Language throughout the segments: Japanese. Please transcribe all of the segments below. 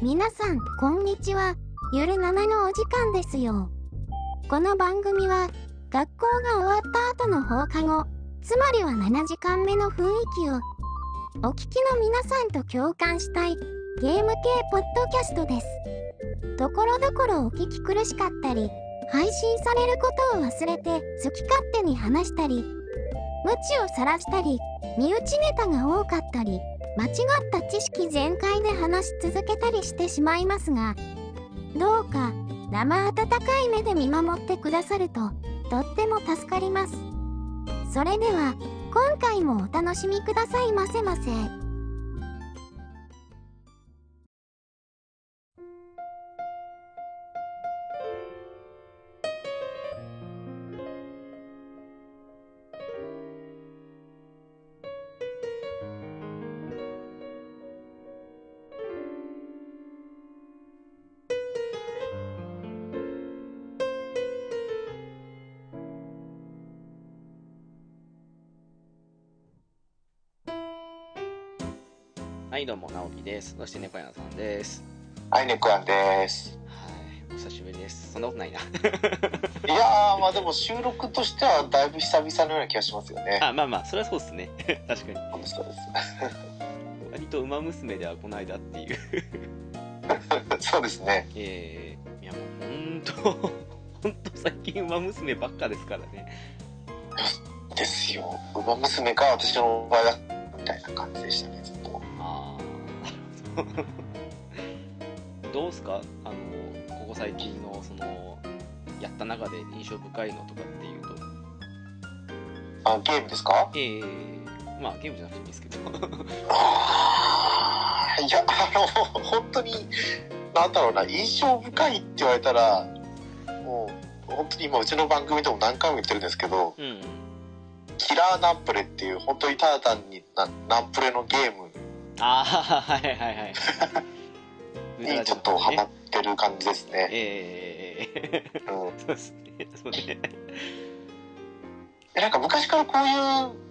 皆さん、こんにちは。ゆる7のお時間ですよ。この番組は、学校が終わった後の放課後、つまりは7時間目の雰囲気を、お聞きの皆さんと共感したい、ゲーム系ポッドキャストです。ところどころお聞き苦しかったり、配信されることを忘れて好き勝手に話したり、無知を晒したり、身内ネタが多かったり、間違った知識全開で話し続けたりしてしまいますが、どうか生温かい目で見守ってくださるととっても助かります。それでは今回もお楽しみくださいませませ。 はい、どうも直樹です。そして猫屋さんです。 はい、猫やんです。 はい、お久しぶりです。そんなことないな。 いやー、まあでも収録としてはだいぶ久々のような気がしますよね。 あ、まあまあ、それはそうですね。確かに。 そうです。 割と馬娘ではこの間っていう。 そうですね。 いやもうほんと最近馬娘ばっかですからね。 ですよ。馬娘が私の場合だみたいな感じでしたね、ずっと。 ああ、なるほど。どうすかここ最近のそのやった中で印象深いのとかっていうと。 あ、ゲームですか？ まあゲームじゃなくてもいいですけど。 いや、本当に、なんだろうな、印象深いって言われたら、もう、本当に今うちの番組でも何回も言ってるんですけど、 うん。 キラーナンプレっていう、本当にただ単にナンプレのゲームああ、はいはいはい。 にちょっとハマってる感じですね。そうですね。そうね。 なんか昔からこういう、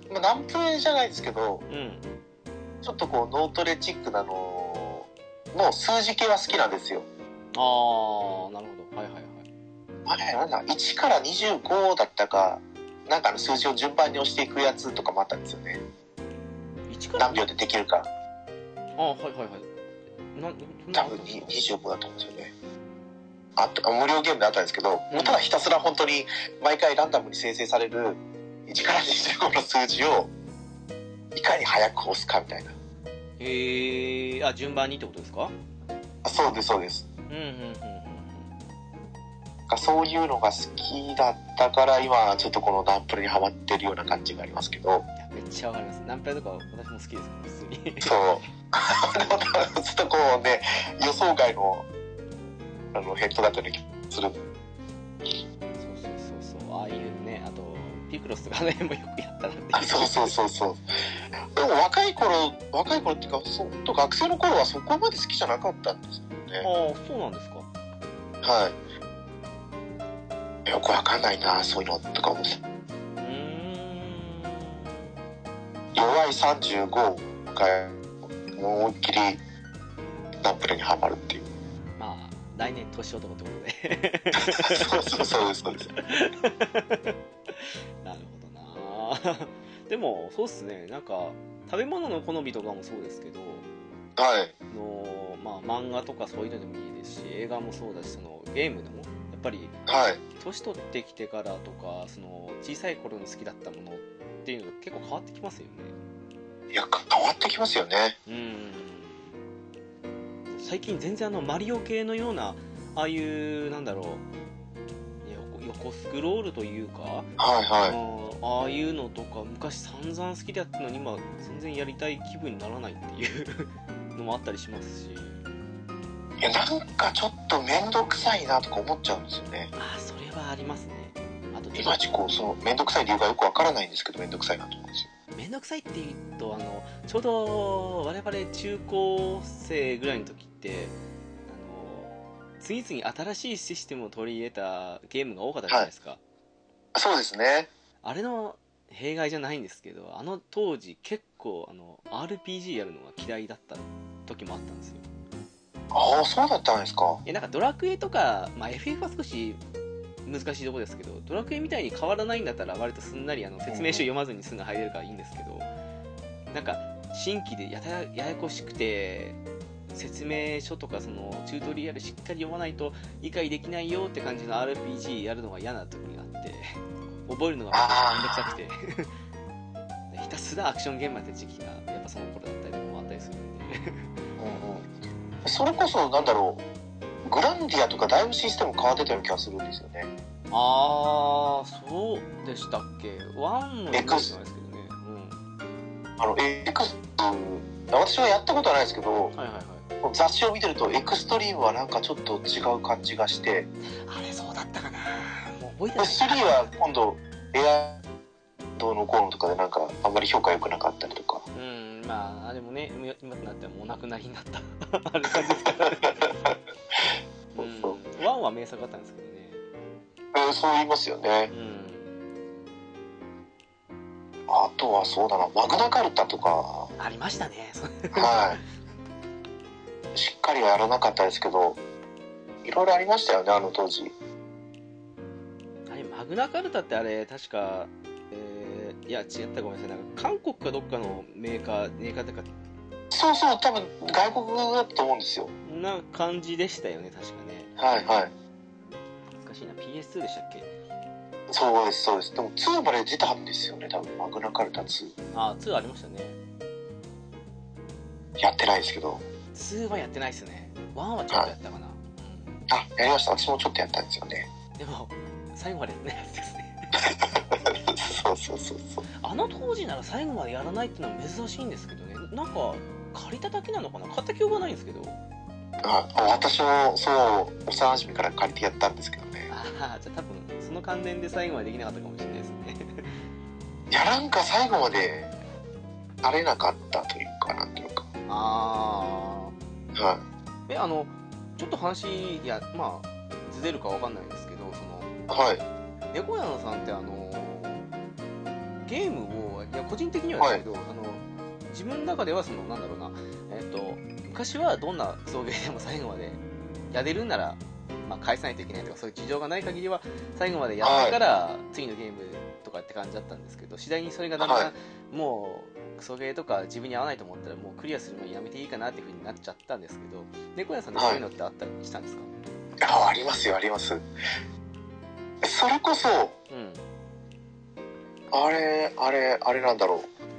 まあ、ナンプレじゃないですけど、 うん。 ちょっとこうノートレチックなのの数字系は好きなんですよ。 ああ、なるほど。はいはいはい。 あれなんだ、1から25だったか、なんかの数字を順番に押していくやつとかもあったんですよね。 1から何秒でできるか。 ああ、はいはいはい。 多分25だと思うんですよね。あと無料ゲームであったんですけど、ただひたすら本当に毎回ランダムに生成される1から25の数字をいかに早く押すかみたいな。 あ、順番にってことですか？ そうですそうです。そういうのが好きだったから今ちょっとこのナンプレにハマってるような感じがありますけど。 いやめっちゃわかります。ナンプレとか私も好きですから普通に。 そうちょっとこうね予想外のヘッドだったような気がする。 そうああいうね、あとピクロスとかねもよくやったなっていう。 そうでも若い頃っていうか学生の頃はそこまで好きじゃなかったんですよね。 ああ、そうなんですか。 はい、よくわかんないなそういうのとか思って。弱い35が思いっきりナンプレにハマるっていう。 まあ来年年男ってことで。 そうですなるほどな。でもそうっすね、なんか食べ物の好みとかもそうですけど、 はいまあ漫画とかそういうのでもいいですし、映画もそうだし、そのゲームでもやっぱり年取ってきてからとか、その小さい頃に好きだったものっていうのが結構変わってきますよね。 いや変わってきますよね。 最近全然マリオ系のようなああいうなんだろう、横スクロールというか、ああいうのとか昔散々好きでやったのに今全然やりたい気分にならないっていうのもあったりしますし、 いやなんかちょっと面倒くさいなとか思っちゃうんですよね。 ああ、それはありますね。あといまいちこうその面倒くさい理由がよくわからないんですけど面倒くさいなと思うんですよ。 面倒くさいっていうとちょうど我々中高生ぐらいの時って次々新しいシステムを取り入れたゲームが多かったじゃないですか。 そうですね。 あれの弊害じゃないんですけど、当時結構RPG やるのが嫌いだった時もあったんですよ。 ああ、そうだったんですか。 なんかドラクエとか、まあ、FF は少し難しいとこですけど、ドラクエみたいに変わらないんだったら割とすんなり説明書読まずにすぐ入れるからいいんですけど、なんか新規でややこしくて説明書とかそのチュートリアルしっかり読まないと理解できないよって感じの RPG やるのが嫌な時があって、覚えるのがめんどくさくてひたすらアクションゲームやった時期がやっぱその頃だったりもあったりするんでそれこそなんだろう、グランディアとかだいぶシステム変わってたような気がするんですよね。 ああ、そうでしたっけ。ワンのイメージなんですけどね。 私はやったことはないですけど、 はいはいはい、 雑誌を見てるとエクストリームはなんかちょっと違う感じがして、 あれそうだったかな、もう覚えてない。 3は今度エアどうのこうのとかでなんかあんまり評価良くなかったりとか。 まああれもね、今となってはもうお亡くなりになったあれ感じですからねワンは名作だったんですけどね。 そう言いますよね。あとはそうだな、マグナカルタとかありましたねはいしっかりはやらなかったですけど、いろいろありましたよね、あの当時。 あれマグナカルタってあれ確かいや違った、ごめんなさい、なんか韓国かどっかのメーカーとか、 そうそう、多分外国だったと思うんですよ。 な感じでしたよね、確かね。 はいはい。 懐かしいな。 PS2 でしたっけ。 そうですそうです。でも2まで出たんですよね、多分マグナカルタ2。 あ、2ありましたね。 やってないですけど。 2はやってないですね。1はちょっとやったかな、 あ、やりました。私もちょっとやったんですよね。 でも最後までやってないやつですねそうそうそうそう。 あの当時なら最後までやらないっていうのは珍しいんですけどね。なんか借りただけなのかな、買った記憶がないんですけど。 私もそう幼馴染から借りてやったんですけどね。 ああ、じゃあ多分その関連で最後までできなかったかもしれないですねいや、なんか最後までなれなかったというか、なんていうか。 ああ。はい。 ちょっと話、いや、まあずれるかわかんないですけど、その、 はい。 猫屋さんってゲームを、いや個人的にはですけど、自分の中ではそのなんだろうな、昔はどんな送迎でも最後までやれるなら、まあ、返さないといけないとかそういう事情がない限りは最後までやってから次のゲームとかって感じだったんですけど、次第にそれがだんだんもうクソゲーとか自分に合わないと思ったらもうクリアするのやめていいかなっていう風になっちゃったんですけど、猫屋さんでそういうのってあったりしたんですか？ ありますよ、あります。それこそ、あれなんだろう。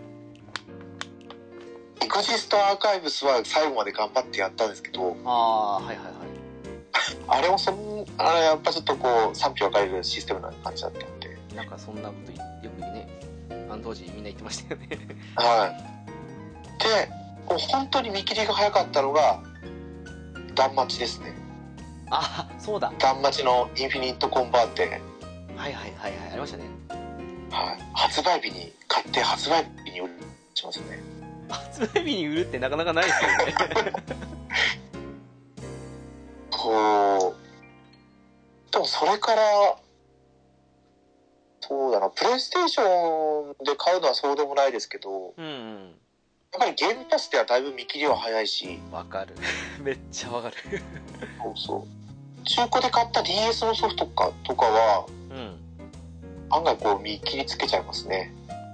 エクジストアーカイブスは最後まで頑張ってやったんですけど、 はいはいはい。 あれもやっぱちょっとこう賛否分かれるシステムな感じだったんで。 なんかそんなことよくね、あの当時みんな言ってましたよねはい。で、もう本当に見切りが早かったのが断末ですね。 あ、そうだ。 断末のインフィニットコンバーテ。 はいはいはいはい、ありましたね。 はい。発売日に買って発売日に売るしますね。 発売日に売るってなかなかないですよねこう、でもそれからそうだな、プレイステーションで買うのはそうでもないですけど、やっぱりゲームパスではだいぶ見切りは早いし。 わかるめっちゃわかるそうそう。中古で買った DS のソフトとかは、案外こう見切りつけちゃいますね。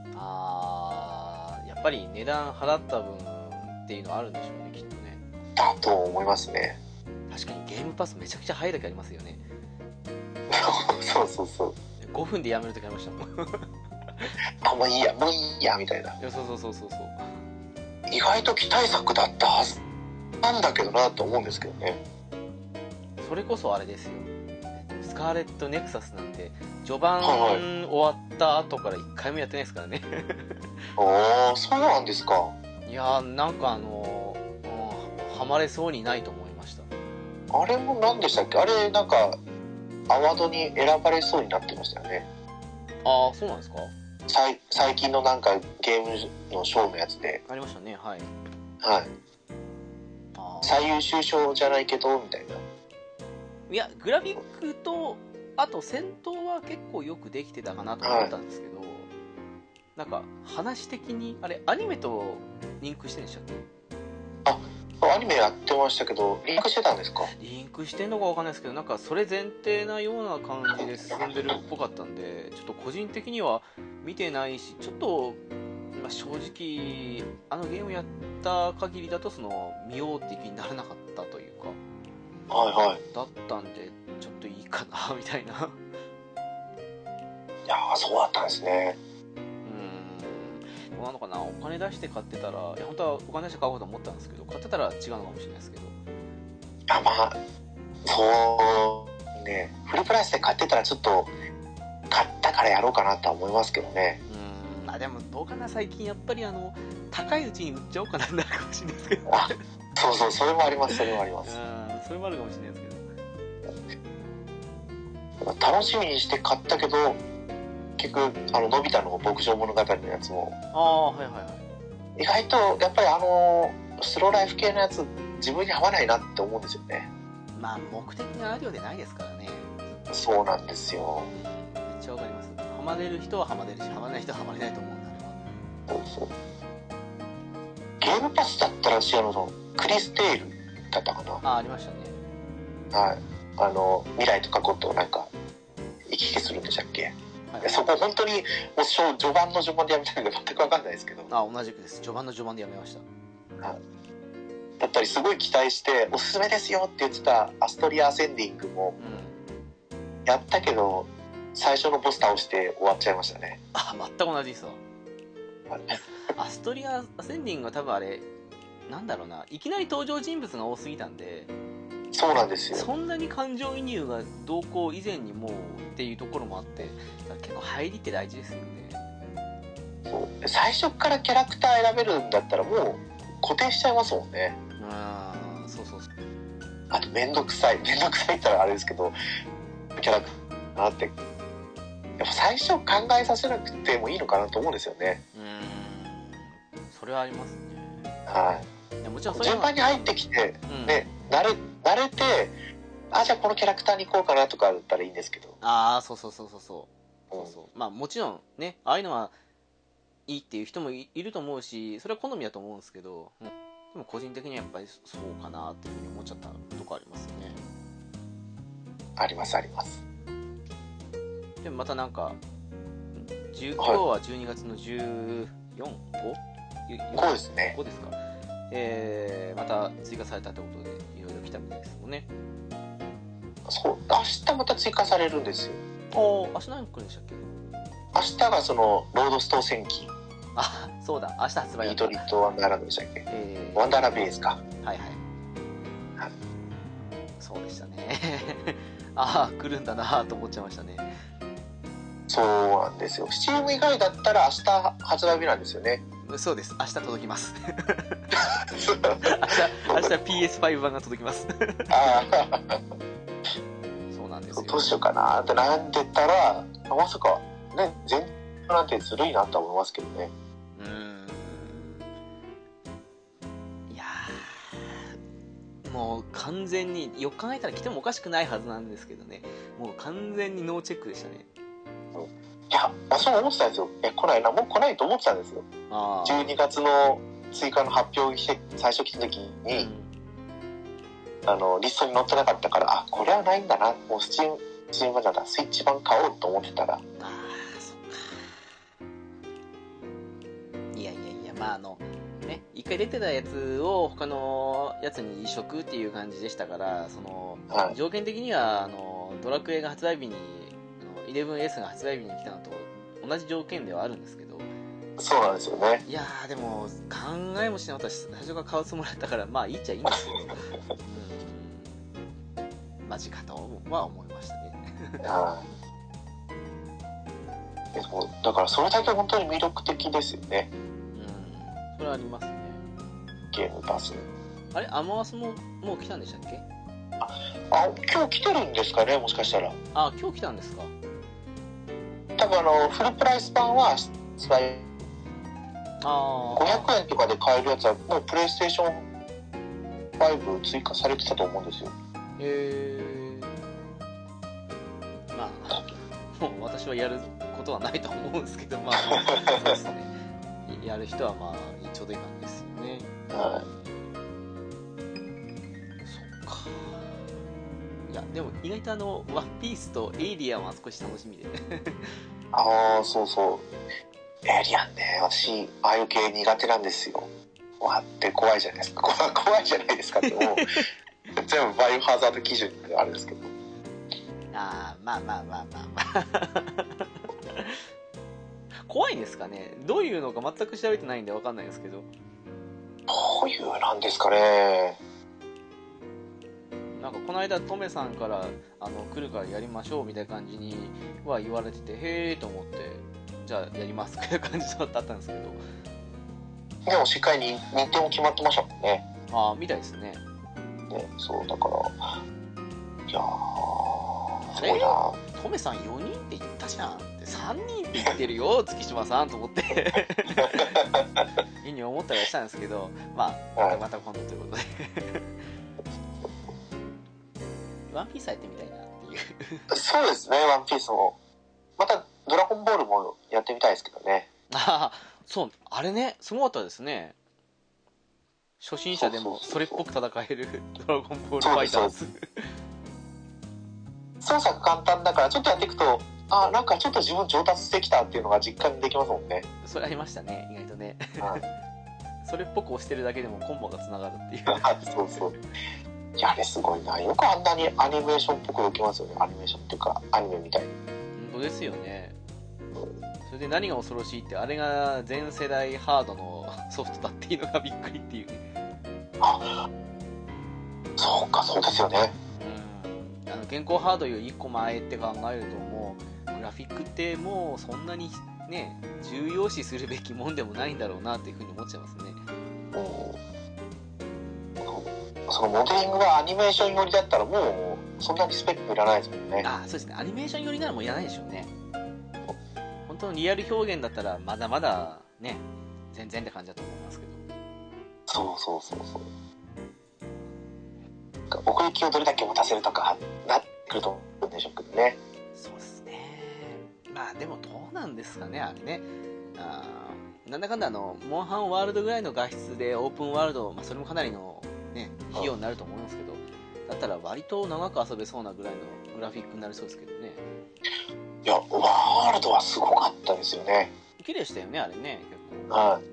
やっぱり値段払った分っていうのはあるんでしょうね、きっとね。 だと思いますね。 確かにゲームパスめちゃくちゃ早い時ありますよねそうそうそう。 5分でやめる時ありましたもんもういいやみたいな。 いや、そうそう意外と期待作だったはずなんだけどなと思うんですけどね。 それこそあれですよ、スカーレットネクサスなんて序盤終わった後から1回もやってないですからねそうなんですか。 いや、なんかハマれそうにないと思いました。 あれも何でしたっけ、あれなんかアワードに選ばれそうになってましたよね。 そうなんですか。 最近のなんかゲームのショーのやつでありましたね。はい最優秀賞じゃないけどみたいな。 いや、グラフィックとあと戦闘は結構よくできてたかなと思ったんですけど、なんか話的にあれアニメとリンクしてるんでしたっけ？ アニメやってましたけど、リンクしてたんですか？ リンクしてんのかわかんないですけど、なんかそれ前提なような感じで進んでるっぽかったんで、ちょっと個人的には見てないし、ちょっと、まあ、正直あのゲームやった限りだと見ようって気にならなかったというか、 はいはい。 だったんでちょっといいかなみたいな。 いやー、そうだったんですね。 どうなのかな、お金出して買ってたら、いや本当はお金出して買おうと思ったんですけど、買ってたら違うのかもしれないですけど。 あ、まあそうね、フルプライスで買ってたらちょっと買ったからやろうかなとは思いますけどね。 まあでもどうかな、最近やっぱり高いうちに売っちゃおうかな、なるかもしれないですけど。 あ、そうそう、それもあります、それもあります。 それもあるかもしれないですけど、楽しみにして買ったけど、結局のび太の牧場物語のやつも、 はいはいはい、 意外とやっぱりスローライフ系のやつ自分に合わないなって思うんですよね。 まあ目的があるようでないですからね。 そうなんですよ。 めっちゃわかります。ハマれる人はハマれるし、ハマれない人はハマれないと思うんだ、あれは。 そうそう。ゲームパスだったらクリステールだったかな。 ありましたね。 はい。未来と過去となんか行き来するんでしたっけ？はい、そこ本当にもう序盤の序盤でやめたんで全く分かんないですけど。 同じくです。序盤の序盤でやめました。 はい。だったりすごい期待しておすすめですよって言ってたアストリア・アセンディングもやったけど、最初のボス倒して終わっちゃいましたね。 全く同じですわ。アストリア・アセンディングは多分あれなんだろうな、いきなり登場人物が多すぎたんで、 そうなんですよ。 そんなに感情移入がどうこう以前にもうっていうところもあって、結構入りって大事ですよね。 そう、最初からキャラクター選べるんだったらもう固定しちゃいますもんね。 そうそうそう。 あと面倒くさいって言ったらあれですけど、キャラクターってやっぱ最初考えさせなくてもいいのかなと思うんですよね。 それはありますね。 はい。 いやもちろん順番に入ってきて、ね、慣れて、じゃあこのキャラクターに行こうかなとかだったらいいんですけど。 そう。まあもちろんね、ああいうのはいいっていう人もいると思うし、それは好みだと思うんですけど、でも個人的にはやっぱりそうかなっていうふうに思っちゃったとこありますよね。 ありますあります。 でもまたなんか今日は12月の14、5 ですね。 5ですか。また追加されたってことでいろいろ来たみたいですもんね。 そう、明日また追加されるんですよ。 明日何来るんでしたっけ？ 明日がロードストー戦記。 そうだ、明日発売だった。 ビートリットワンダーランドでしたっけ？ワンダーランベースか。 はい。そうでしたね。来るんだなと思っちゃいましたね。 そうなんですよ。スチーム以外だったら明日発売日なんですよね。 そうです。明日届きます。明日 PS5 版が届きます。そうなんですよ。 どうしようかなって悩んでたら、まさかね、全なんてずるいなと思いますけどね。 いやもう完全によく考えたら来てもおかしくないはずなんですけどね、もう完全にノーチェックでしたね。 いや、私も思ってたんですよ。来ないな、もう来ないと思ってたんですよ。12月の追加の発表して最初来た時に、リストに載ってなかったから、これはないんだな、もうスチームだな、スイッチ版買おうと思ってたら。 そっか。いやまあね、一回出てたやつを他のやつに移植っていう感じでしたから、条件的にはドラクエが発売日に11S が発売日に来たのと同じ条件ではあるんですけど。 そうなんですよね。 いやでも考えもしなかったし、最初から買うつもりだったから、まあいいっちゃいいんですけどマジかとは思いましたね。 だからそれだけ本当に魅力的ですよね。 それはありますね。 ゲームパス。 あれ、アマワスももう来たんでしたっけ？ 今日来てるんですかね、もしかしたら。 今日来たんですか。 多分フルプライス版は発売500円とかで買えるやつはもうプレイステーション5追加されてたと思うんですよ。 まあもう私はやることはないと思うんですけど、まあそうですね。やる人はまあちょうどいい感じですよね。 したでも意外とワンピースとエイリアンは少し楽しみでああ、そうそう。エイリアンね、私、ああいう系苦手なんですよ。わって怖いじゃないですか。怖いじゃないですかって、もう、全部バイオハザード基準であるんですけど。 ああ、まあ。怖いんですかね。どういうのか全く調べてないんで分かんないですけど。 どういうなんですかね。 なんかこの間トメさんから来るからやりましょうみたいな感じには言われてて、へーと思って、じゃあやりますみたいな感じだったんですけど。 でもしっかりに日程も決まってましたもんね。 ああ、みたいですね。 ね、そうだから、いやー、すごいな。 トメさん4人って言ったじゃんって、3人って言ってるよ月島さんと思っていいに思ったりはしたんですけど、まあ、 はい、 また今度ということでワンピースやってみたいなっていうそうですね、ワンピースも。またドラゴンボールもやってみたいですけどね。 ああ、そう、あれね、すごかったですね。初心者でもそれっぽく戦えるドラゴンボールファイターズ。 操作簡単だからちょっとやっていくと、あ、なんかちょっと自分上達してきたっていうのが実感できますもんね。 それありましたね、意外とね。 はい、 それっぽく押してるだけでもコンボがつながるっていうそうそう。いや、あれすごいな。よくあんなにアニメーションっぽくできますよね。アニメーションっていうかアニメみたいに。 本当ですよね。それで何が恐ろしいって、あれが全世代ハードのソフトだっていうのがびっくりっていうね。 あ、そうか、そうですよね。 現行ハードより1個前って考えると、もうグラフィックってもうそんなにね重要視するべきもんでもないんだろうなっていうふうに思っちゃいますね。 そのモデリングがアニメーション寄りだったらもうそんなにスペックいらないですもんね。 あ、そうですね。アニメーション寄りならもういらないでしょうね。本当のリアル表現だったらまだまだね全然って感じだと思いますけど。 そう奥行きをどれだけ持たせるとかなってくると思うんでしょうけどね。 そうですね。まあでもどうなんですかね、あれね。なんだかんだモンハンワールドぐらいの画質でオープンワールド、まあ、それもかなりのね費用になると思うんですけど、だったら割と長く遊べそうなぐらいのグラフィックになりそうですけどね。 いや、ワールドはすごかったですよね。 綺麗でしたよね、あれね、 結構。はい。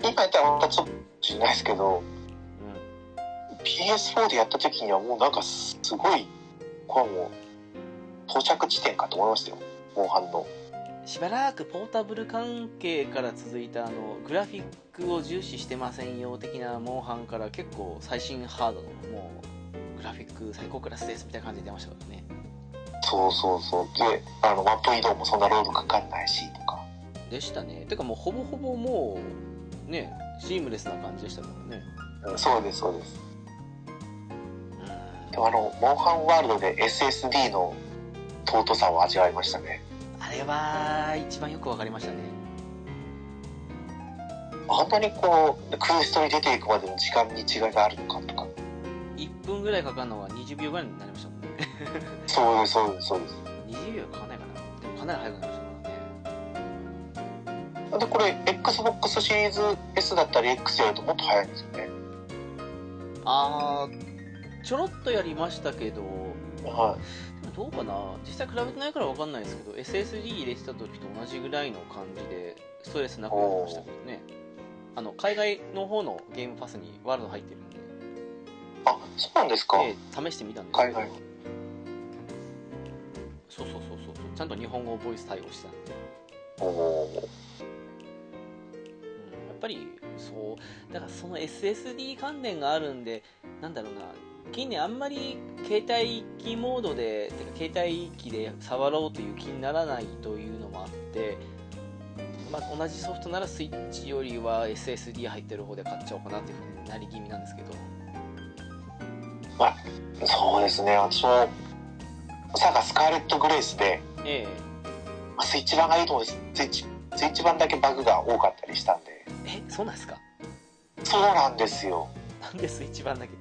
今やったらまたちょっとしれないですけど、PS4 でやった時にはもうなんかすごい、これもう到着地点かと思いましたよ、モンハンの。 しばらくポータブル関係から続いたグラフィックを重視してませんよ的なモンハンから結構最新ハードのもうグラフィック最高クラスですみたいな感じで出ましたからね。 そうで、マップ移動もそんなロードかかんないしとかでしたね。てかもうほぼほぼもうねシームレスな感じでしたからね。 そうです。でもモンハンワールドで SSD の尊さを味わいましたね。 あれは一番よくわかりましたね。 あんなにこうクエストに出ていくまでの時間に違いがあるのかとか。 1分ぐらいかかるのが20秒ぐらいになりましたもんね。 そうです 20秒かかんないかな。でもかなり早くなりましたからね。 でこれ XBOX シリーズ S だったり X やるともっと早いんですよね。 ちょろっとやりましたけど、 はい。 でもどうかな、実際比べてないから分かんないですけど SSD 入れてた時と同じぐらいの感じでストレスなくやってましたけどね。海外の方のゲームパスにワールド入ってるんで。 あ、そうなんですか。 試してみたんですけど、 海外の。 そうちゃんと日本語ボイス対応してたんで。やっぱりそうだからその SSD 関連があるんで、なんだろうな、近年あんまり携帯機モードで携帯機で触ろうという気にならないというのもあって、まあ、同じソフトならスイッチよりは SSD 入ってる方で買っちゃおうかなっていうふうになり気味なんですけど。 まあ、そうですね。私もサガスカーレットグレイスで、まあ、スイッチ版がいいと思うんです。スイッチ版だけバグが多かったりしたんで。 そうなんですか。 そうなんですよ。 なんでスイッチ版だけ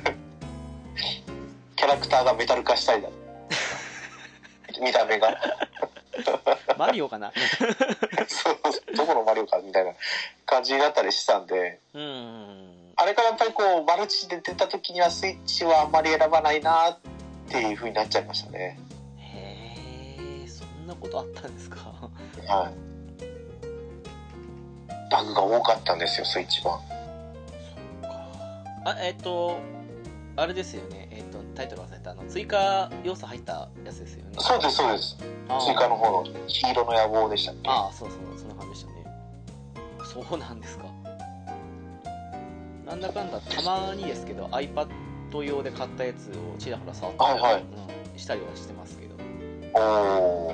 キャラクターがメタル化したりだ見た目がマリオかなそうどこのマリオかみたいな感じになったりしてたんで、あれからやっぱりこうマルチで出た時にはスイッチはあんまり選ばないなっっていう風になっちゃいましたね。 へえ、そんなことあったんですか。 はい。バグが多かったんですよ、スイッチ版。 あ、あれですよね。タイトル忘れた追加要素入ったやつですよね。 そうですそうです。追加の方の黄色の野望でしたっけ。 ああ、そうそう、そんな感じでしたね。そうなんですか。なんだかんだたまにですけど iPad 用で買ったやつをちらほら触って、 はいはい、 したりはしてますけど。 おー、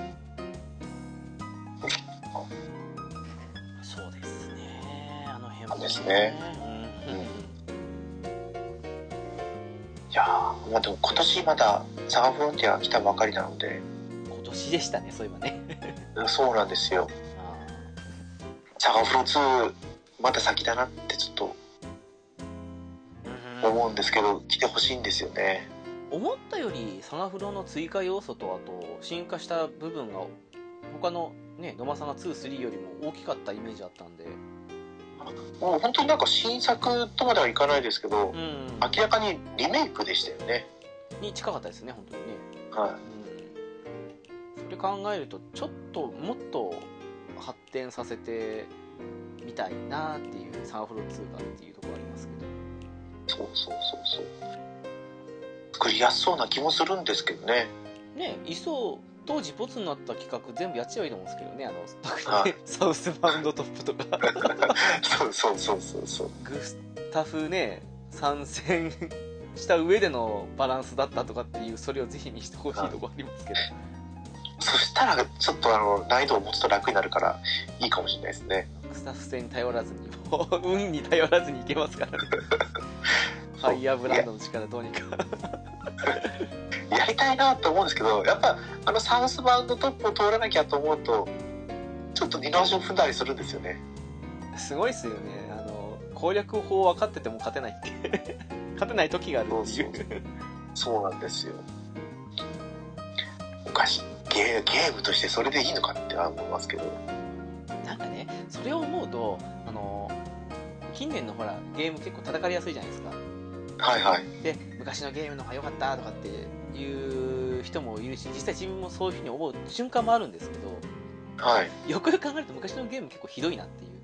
そうですね、あの辺もですね。いやー、まあ、でも今年まだサガフロンティアが来たばかりなので。 今年でしたね、そういえばね。 そうなんですよ。サガフロ2まだ先だなってちょっと思うんですけど、来てほしいんですよね。 思ったよりサガフロの追加要素とあと進化した部分が他のね、野間さんが2、3よりも大きかったイメージあったんで、 もう本当になんか新作とまではいかないですけど、明らかにリメイクでしたよね。 に近かったですね、本当にね。 はい。 それ考えるとちょっともっと発展させてみたいなっていうサガフロ2がっていうところありますけど。 そう作りやすそうな気もするんですけどね。 ね、いっそ当時ボツになった企画全部やっちゃえばいいと思うんですけどね、特にね、サウスバウンドトップとかそうグスタフね参戦した上でのバランスだったとかっていう、それをぜひ見せてほしいところありますけど、 そしたらちょっと難易度をもうちょっと楽になるからいいかもしれないですね。 グスタフ戦に頼らずにもう運に頼らずにいけますからね。ファイヤーブランドの力どうにかやりたいなと思うんですけど、やっぱサウスバウンドトップを通らなきゃと思うとちょっと二の足を踏んだりするんですよね。 すごいっすよね、攻略法分かってても勝てないって勝てない時があるっていうそうなんですよ。おかしい、ゲームとしてそれでいいのかって思いますけど、 なんかね、それを思うと近年のほらゲーム結構叩かれやすいじゃないですか。 はいはい。 で、昔のゲームの方が良かったとかっていう人もいるし、実際自分もそういうふうに思う瞬間もあるんですけど、 はい、 よくよく考えると昔のゲーム結構ひどいなっていう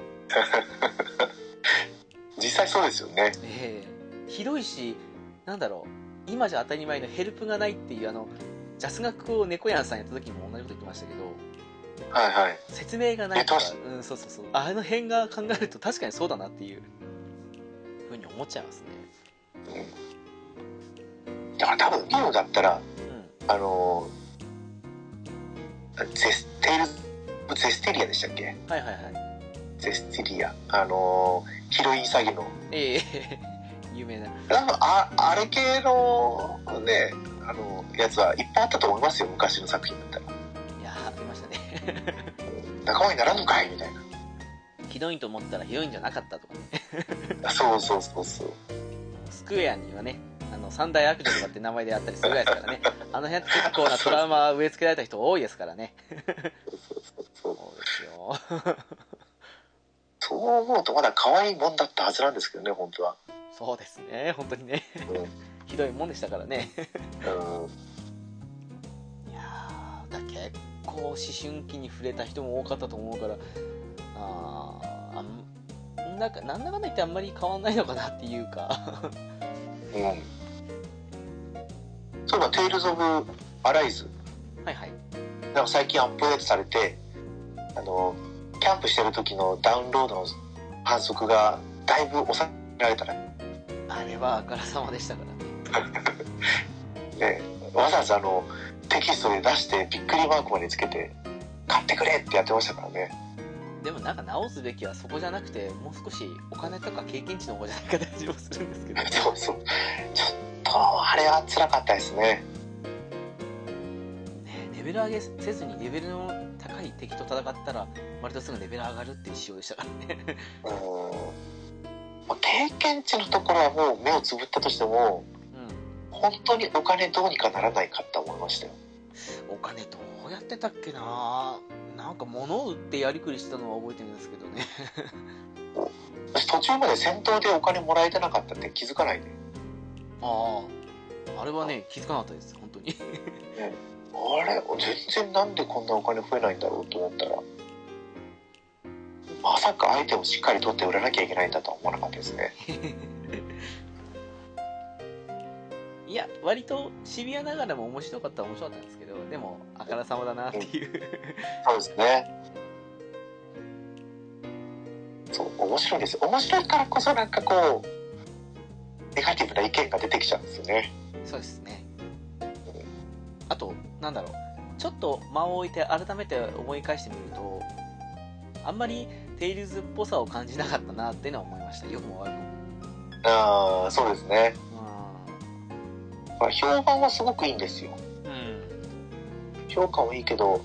実際そうですよね。 ひどいし、なんだろう、今じゃ当たり前のヘルプがないっていうジャス学を猫やんさんやった時も同じこと言ってましたけど、 はいはい、 説明がないとか、そうあの辺が考えると確かにそうだなっていうふうに思っちゃいますね。 だから多分ゲームだったら、ゼステリアでしたっけ。 はいはいはい、 ゼステリア、ヒロイン詐欺の有名なあれ系のね、やつはいっぱいあったと思いますよ、昔の作品だったら。 いやありましたね仲間にならんのかいみたいな。 ひどいと思ったらひどいんじゃなかったとかねそうスクエアにはね、三大悪女とかって名前であったりするぐらいですからねあの辺結構なトラウマ植え付けられた人多いですからねそうですよそう思うとまだ可愛いもんだったはずなんですけどね、本当は。 そうですね、本当にねひどいもんでしたからねいやだ結構思春期に触れた人も多かったと思うから、なんだかんだ言ってあんまり変わんないのかなっていうかそういえばテイルズ・オブ・アライズ、 はいはい、 なんか最近アップデートされて、キャンプしてる時のダウンロードの反則がだいぶ抑えられたね。 あれはあからさまでしたからねね、わざわざテキストで出してびっくりマークまでつけて買ってくれってやってましたからね。 でもなんか直すべきはそこじゃなくて、もう少しお金とか経験値の方じゃないかって気もするんですけど、ね、 そうちょっとあれは辛かったですね。 レベル上げせずにレベルの高い敵と戦ったら割とすぐレベル上がるっていう仕様でしたからね経験値のところはもう目をつぶったとしても、本当にお金どうにかならないかと思いましたよ。 お金どうやってたっけな、なんか物を売ってやりくりしたのは覚えてるんですけどね私途中まで戦闘でお金もらえてなかったって気づかないで。 あれはね気づかなかったです本当にね。 あれ全然なんでこんなお金増えないんだろうと思ったら、まさかアイテムをしっかり取って売らなきゃいけないんだとは思わなかったですね。 いや割とシビアながらも面白かったんですけど、でもあからさまだなっていう、 そうですね。そう面白いんですよ。面白いからこそなんかこうネガティブな意見が出てきちゃうんですよね。 そうですね。あとなんだろう、ちょっと間を置いて改めて思い返してみると、あんまりテイルズっぽさを感じなかったなっていうのは思いました。良くも悪くも。 ああそうですね。まあ、評判はすごくいいんですよ。 うん。 評価もいいけど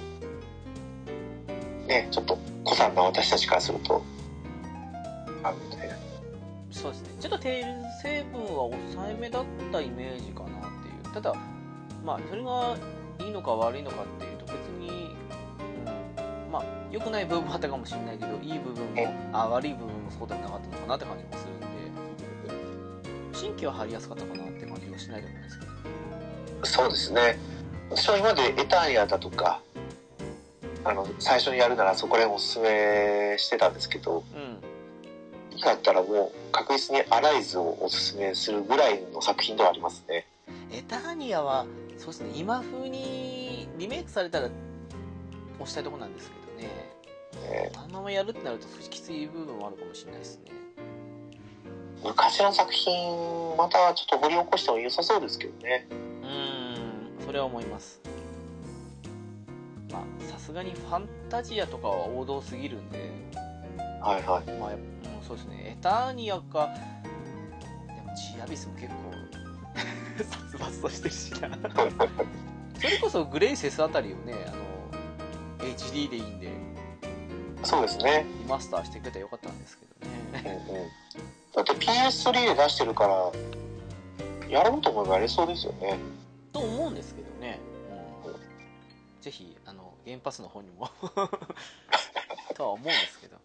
ね、ちょっと古参な私たちからするとみたいな。 そうですね。ちょっとテイルズ成分は抑えめだったイメージかなっていう。ただまあそれがいいのか悪いのかっていうと別に、まあ良くない部分もあったかもしれないけど、いい部分も悪い部分もそうでもなかったのかなって感じもするんで、新規は入りやすかったかなって感じはしないでもないですけど。 そうですね。私は今までエターニアだとか最初にやるならそこら辺おすすめしてたんですけど、今だったらもう確実にアライズをおすすめするぐらいの作品ではありますね。 エターニアはそうですね、今風にリメイクされたら押したいところなんですけどね、あのままやるってなると少しきつい部分もあるかもしれないですね。 昔の作品またちょっと掘り起こしても良さそうですけどね。 それは思います。まあさすがにファンタジアとかは王道すぎるんで、 はいはい。 まあそうですね、エターニアか、でもジアビスも結構殺伐としてるしなそれこそグレイセスあたりをね、HD でいいんで、 そうですね、 リマスターしてくれたらよかったんですけどね。 だって PS3 で出してるからやろうと思えばやれそうですよね。 と思うんですけどね、ぜひゲームパスの方にもとは思うんですけど、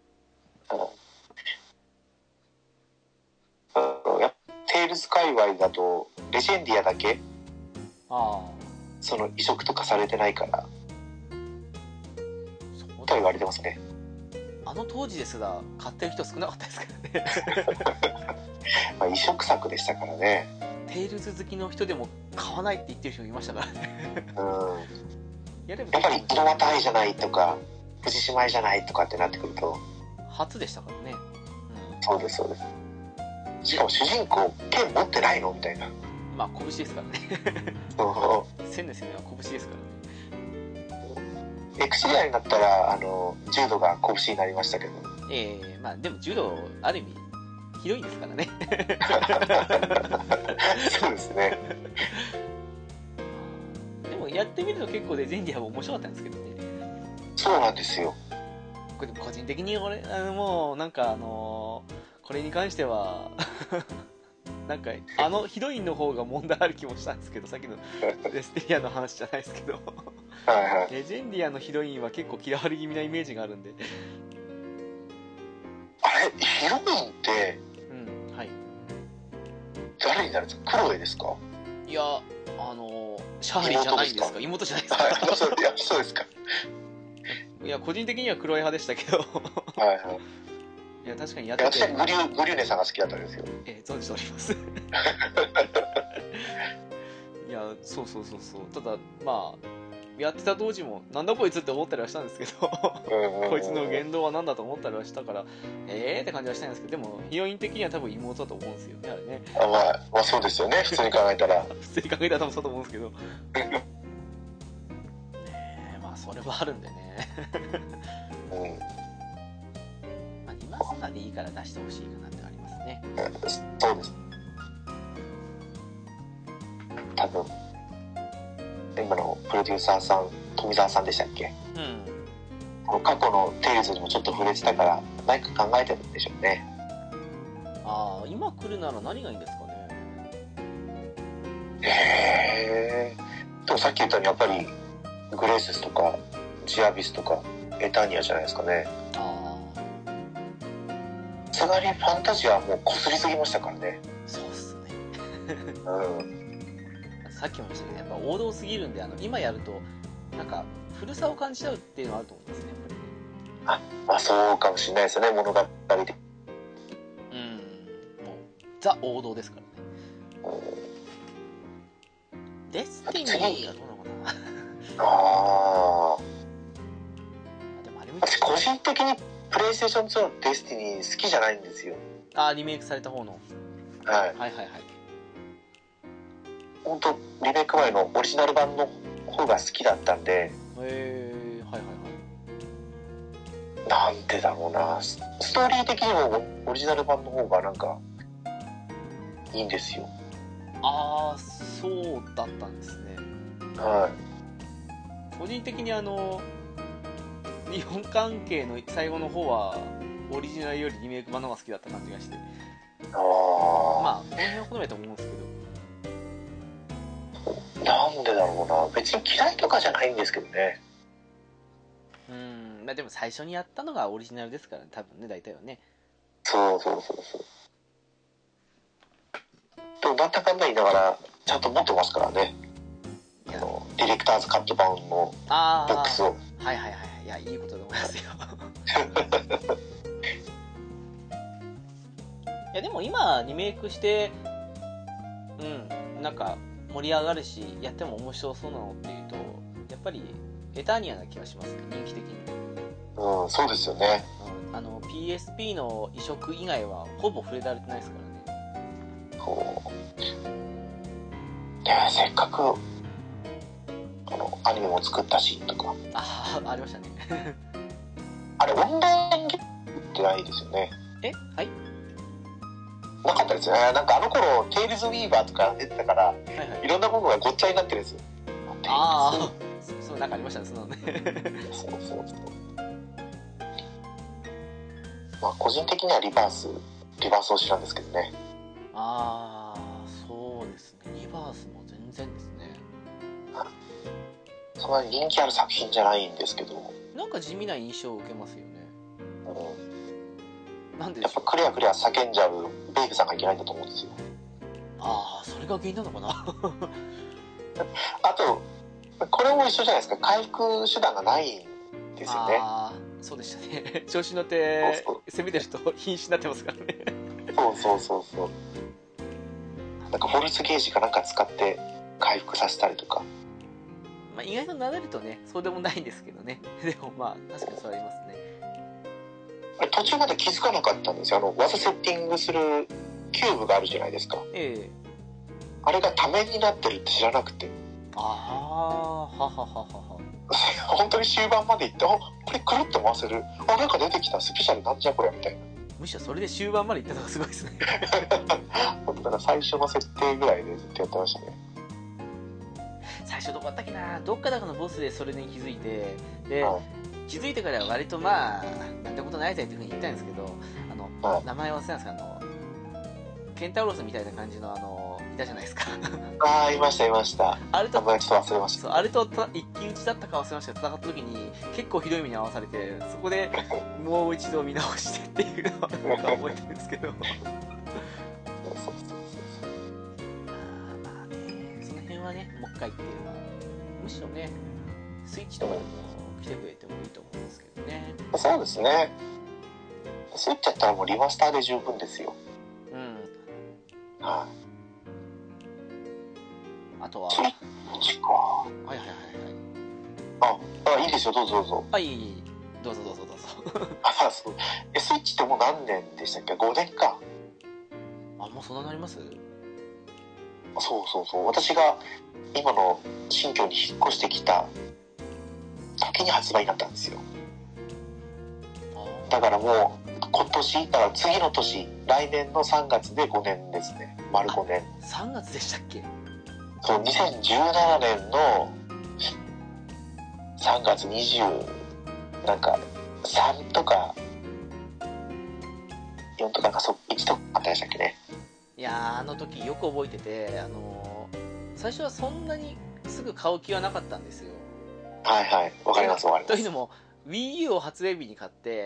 テイルズ界隈だとレジェンディアだけその移植とかされてないからそうと言われてますね。 当時ですら買ってる人少なかったですからねまあ移植作でしたからね。 テイルズ好きの人でも買わないって言ってる人もいましたからねやっぱり猪俣愛じゃないとか藤島愛じゃないとかってなってくると初でしたからね、 そうですそうです。しかも主人公剣持ってないのみたいな。 まあ拳ですからね千年千年は拳ですからね。 エクシリアになったら柔道が拳になりましたけど、 まあでも柔道ある意味ひどいですからねそうですねでもやってみると結構レジェンディアも面白かったんですけどね。 そうなんですよ。 これ個人的に俺もうなんかこれに関してはなんかヒロインの方が問題ある気もしたんですけど、さっきのレステリアの話じゃないですけどはい、はい、 レジェンディアのヒロインは結構嫌われ気味なイメージがあるんで。 あれヒロインってはい、 誰になるんですか？クロエですか？ いやシャーリーじゃないんですか？妹じゃないですか？ いやそうですかいや個人的にはクロエ派でしたけどはいはい。 いや確かにやってて、 私はグリューネさんが好きだったんですよ。 存じておりますいやそうただまあやってた当時もなんだこいつって思ったりはしたんですけどこいつの言動は何だと思ったりはしたからって感じはしたんですけど、でもヒロイン的には多分妹だと思うんですよね、あれね。 まあそうですよね、普通に考えたら普通に考えたら多分そうと思うんですけどまあそれはあるんでねまあリマスターでいいから出してほしいかなってありますね。 そうです。多分今のプロデューサーさん富澤さんでしたっけ、この過去のテイルズにもちょっと触れてたから何か考えてるんでしょうね。 今来るなら何がいいんですかね。 でもさっき言ったようにやっぱりグレーセスとかジアビスとかエターニアじゃないですかね。さすがにファンタジアはもうこすりすぎましたからね。 そうっすねさっきも言いましたけど、やっぱ王道すぎるんで、今やるとなんか古さを感じちゃうっていうのはあると思いますね、やっぱりね。 まあそうかもしれないですよね、物語で。 もうザ王道ですからね。デスティニーがどうなのかな。でもあれも私個人的にプレイステーション2のデスティニー好きじゃないんですよ。 リメイクされた方の。 はいはいはいはい。 本当リメイク前のオリジナル版の方が好きだったんで。 はいはいはい。 なんでだろうな、ストーリー的にもオリジナル版の方がなんかいいんですよ。 そうだったんですね。 はい。 個人的に日本関係の最後の方はオリジナルよりリメイク版の方が好きだった感じがして、まあこの辺は好みだと思うんですけど。 なんでだろうな、別に嫌いとかじゃないんですけどね。 まあでも最初にやったのがオリジナルですからね、多分ね、大体はね。 そうでもなんだかんだ言いながらちゃんと持ってますからね、ディレクターズカット版のボックスを。 はいはいはい、いや、いいことでございますよ。いやでも今リメイクしてなんか盛り上がるし、やっても面白そうなのっていうと、やっぱりエターニアな気がしますね、人気的に。 そうですよね。 PSP の移植以外はほぼ触れられてないですからね。せっかくアニメも作ったしとか。 ありましたね。 あれオンラインゲームってないですよね。 はい、 なかったですよね。なんか頃テイルズウィーバーとか出てたから、はいはい、いろんなものがごっちゃになってるんですよ。 そうなんかありましたね、そのね。 そうまあ個人的にはリバース推しなんですけどね。 そうですね、リバースも全然ですね。 そんなに人気ある作品じゃないんですけど、 なんか地味な印象を受けますよね。なんでやっぱクリア叫んじゃうベイブさんがいけないんだと思うんですよ。 それが原因なのかな。 あとこれも一緒じゃないですか、回復手段がないんですよね。 そうでしたね。調子乗って攻めてると瀕死になってますからね。 そうなんかフォルスゲージかなんか使って回復させたりとか。 まあ意外と慣れるとね、そうでもないんですけどね。でもまあ確かにそうありますね。 途中まで気づかなかったんですよ。技セッティングするキューブがあるじゃないですか。あれがためになってるって知らなくて。本当に終盤まで行って、これくるっと回せる、なんか出てきたスペシャルなんじゃこれみたいな。 むしろそれで終盤まで行ったのがすごいですね。 本当だから最初の設定ぐらいでずっとやってましたね。 最初どこだったっけな、どっかのボスでそれに気づいて、で、気づいてからは割とまあなんてことないぜっていうふうに言ったんですけど、名前忘れたんですけど、ケンタウロスみたいな感じのいたじゃないですか。 いました。 あれと名前ちょっと忘れました。 あれと一騎打ちだったか忘れましたけど、戦った時に結構ひどい目に遭わされて、そこでもう一度見直してっていうのはなんか覚えてるんですけど。まあね、その辺はね、もう一回っていうのはむしろね、スイッチとかでも来てくれてもいいと思うんですけどね。 そうですね。スイッチやったらもうリマスターで十分ですよ。 あとはスイッチか。いいですよ、どうぞ。 どうぞ。 そうスイッチってもう何年でしたっけ？ 5 年か。 もうそんなになります？ そう私が今の新居に引っ越してきた時に発売になったんですよ。だからもう今年から次の年、来年の3月で5年ですね。丸5年。 3月でしたっけ？ そう、2017年の3月20なんか3とか4とか1とかあったでしたっけね。 いやあの時よく覚えてて、最初はそんなにすぐ買う気はなかったんですよ。 わかります。 というのも Wii U を発売日に買って、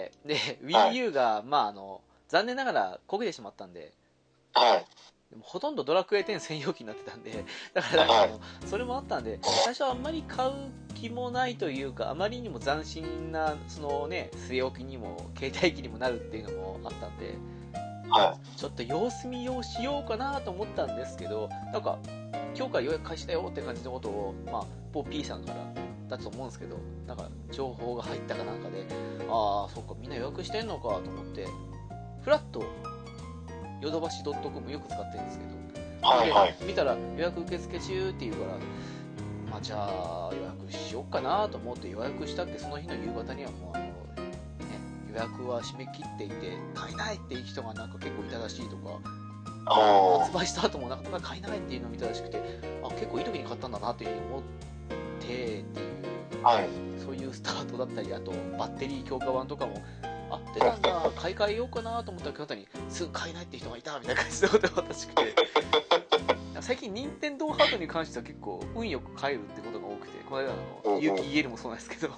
で Wii U が、残念ながら焦げてしまったんで、 でもほとんどドラクエ10専用機になってたんで、だからなんかそれもあったんで、最初はあんまり買う気もないというか、あまりにも斬新な、そのね、据え置きにも、携帯機にもなるっていうのもあったんで、ちょっと様子見をしようかなと思ったんですけど、なんか、今日から予約開始だよって感じのことを、まあ、某 P さんからだと思うんですけど、なんか、情報が入ったかなんかで、ああ、そっか、みんな予約してんのかと思って、フラット、ヨドバシ .com よく使ってるんですけど、見たら予約受付中って言うから、まあ、じゃあ予約しようかなと思って予約したって、その日の夕方にはもう予約は締め切っていて、買えないっていう人がなんか結構いたらしいとか、発売した後もなかなか買えないっていうのを見たらしくて、あ、結構いい時に買ったんだなっていうふうに思ってっていう、そういうスタートだったり、あとバッテリー強化版とかも、あ、出たんだ、買い替えようかなと思ったら、方にすぐ買えないって人がいたみたいな感じのことがあったらしくて、最近任天堂ハートに関しては結構運よく買えるってことが多くて、この間の有機 EL もそうなんですけど、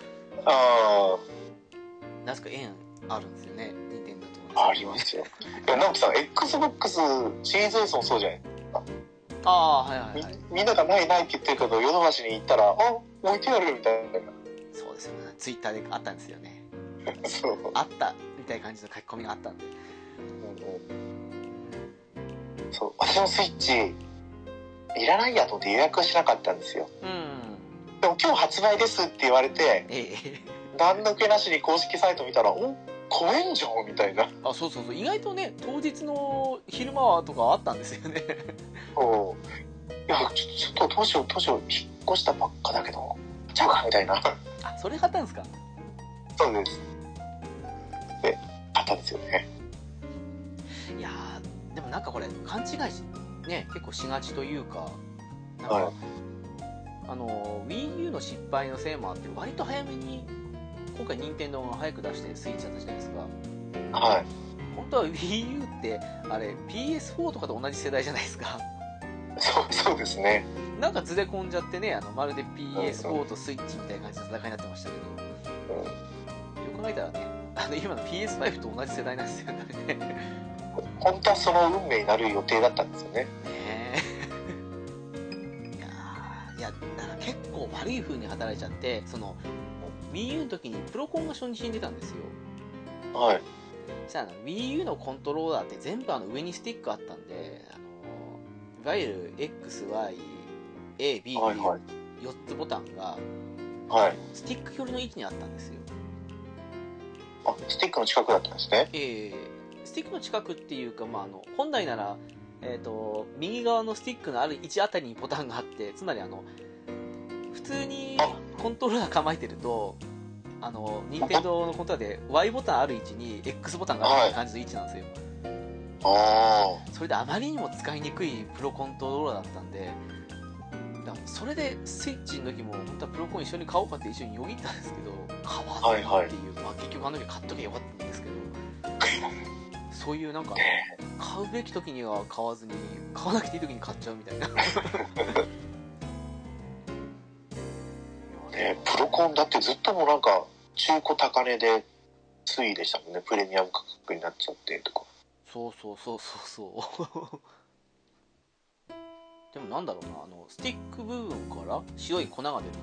なんすか縁あるんですよね、任天堂とありますよ。直樹さん、XBOX シリーズ S もそうじゃないですか。 はいはいはい。 みんながないないって言ってるけど、ヨドバシに行ったら、あ、置いてあるみたいな。 そうですよね。ツイッターであったんですよね。 そう。 あったみたいな感じの書き込みがあったんで。 そう。私のスイッチ、いらないやと思って予約しなかったんですよ。でも今日発売ですって言われて、何の気なしに公式サイト見たら、お、買えんじゃんみたいな。 あ、そうそうそう。意外とね、当日の昼間とかあったんですよね。 そう。いや、ちょっとどうしよう、引っ越したばっかだけど、ちゃうかみたいな。 あ、それ買ったんですか？ そうです。で、買ったんですよね。 いやー、でもなんかこれ、勘違いね、結構しがちというか、なんか、Wii U の失敗のせいもあって、割と早めに、今回任天堂が早く出してスイッチだったじゃないですか。本当は Wii U ってあれ PS4 とかと同じ世代じゃないですか。 そうですね。 なんかずれ込んじゃってね、まるで PS4 とスイッチみたいな感じの戦いになってましたけど、よく考えたらね、今の PS5 と同じ世代なんですよね。 本当はその運命になる予定だったんですよね。 いやだから結構悪い風に働いちゃって、その Wii U の時にプロコンが初日に出たんですよ。そしたらWii U のコントローラーって全部上にスティックあったんで、いわゆる XY、A、B っていう4つボタンが、スティック寄りの位置にあったんですよ。 あ、スティックの近くだったんですね。 スティックの近くっていうか、本来なら、右側のスティックのある位置あたりにボタンがあって、つまり普通にコントローラー構えてると、任天堂のコントローラーで Y ボタンある位置に X ボタンがある感じの位置なんですよ。それであまりにも使いにくいプロコントローラーだったんで、それでスイッチの時も本当はプロコン一緒に買おうかって一緒によぎったんですけど、買わずにっていう、結局あの時買っときゃよかったんですけど、そういうなんか買うべき時には買わずに、買わなくていい時に買っちゃうみたいな。 プロコンだってずっともなんか中古高値で推移でしたもんね。プレミアム価格になっちゃってとか。 そうでもなんだろうな、スティック部分から白い粉が出るっていう。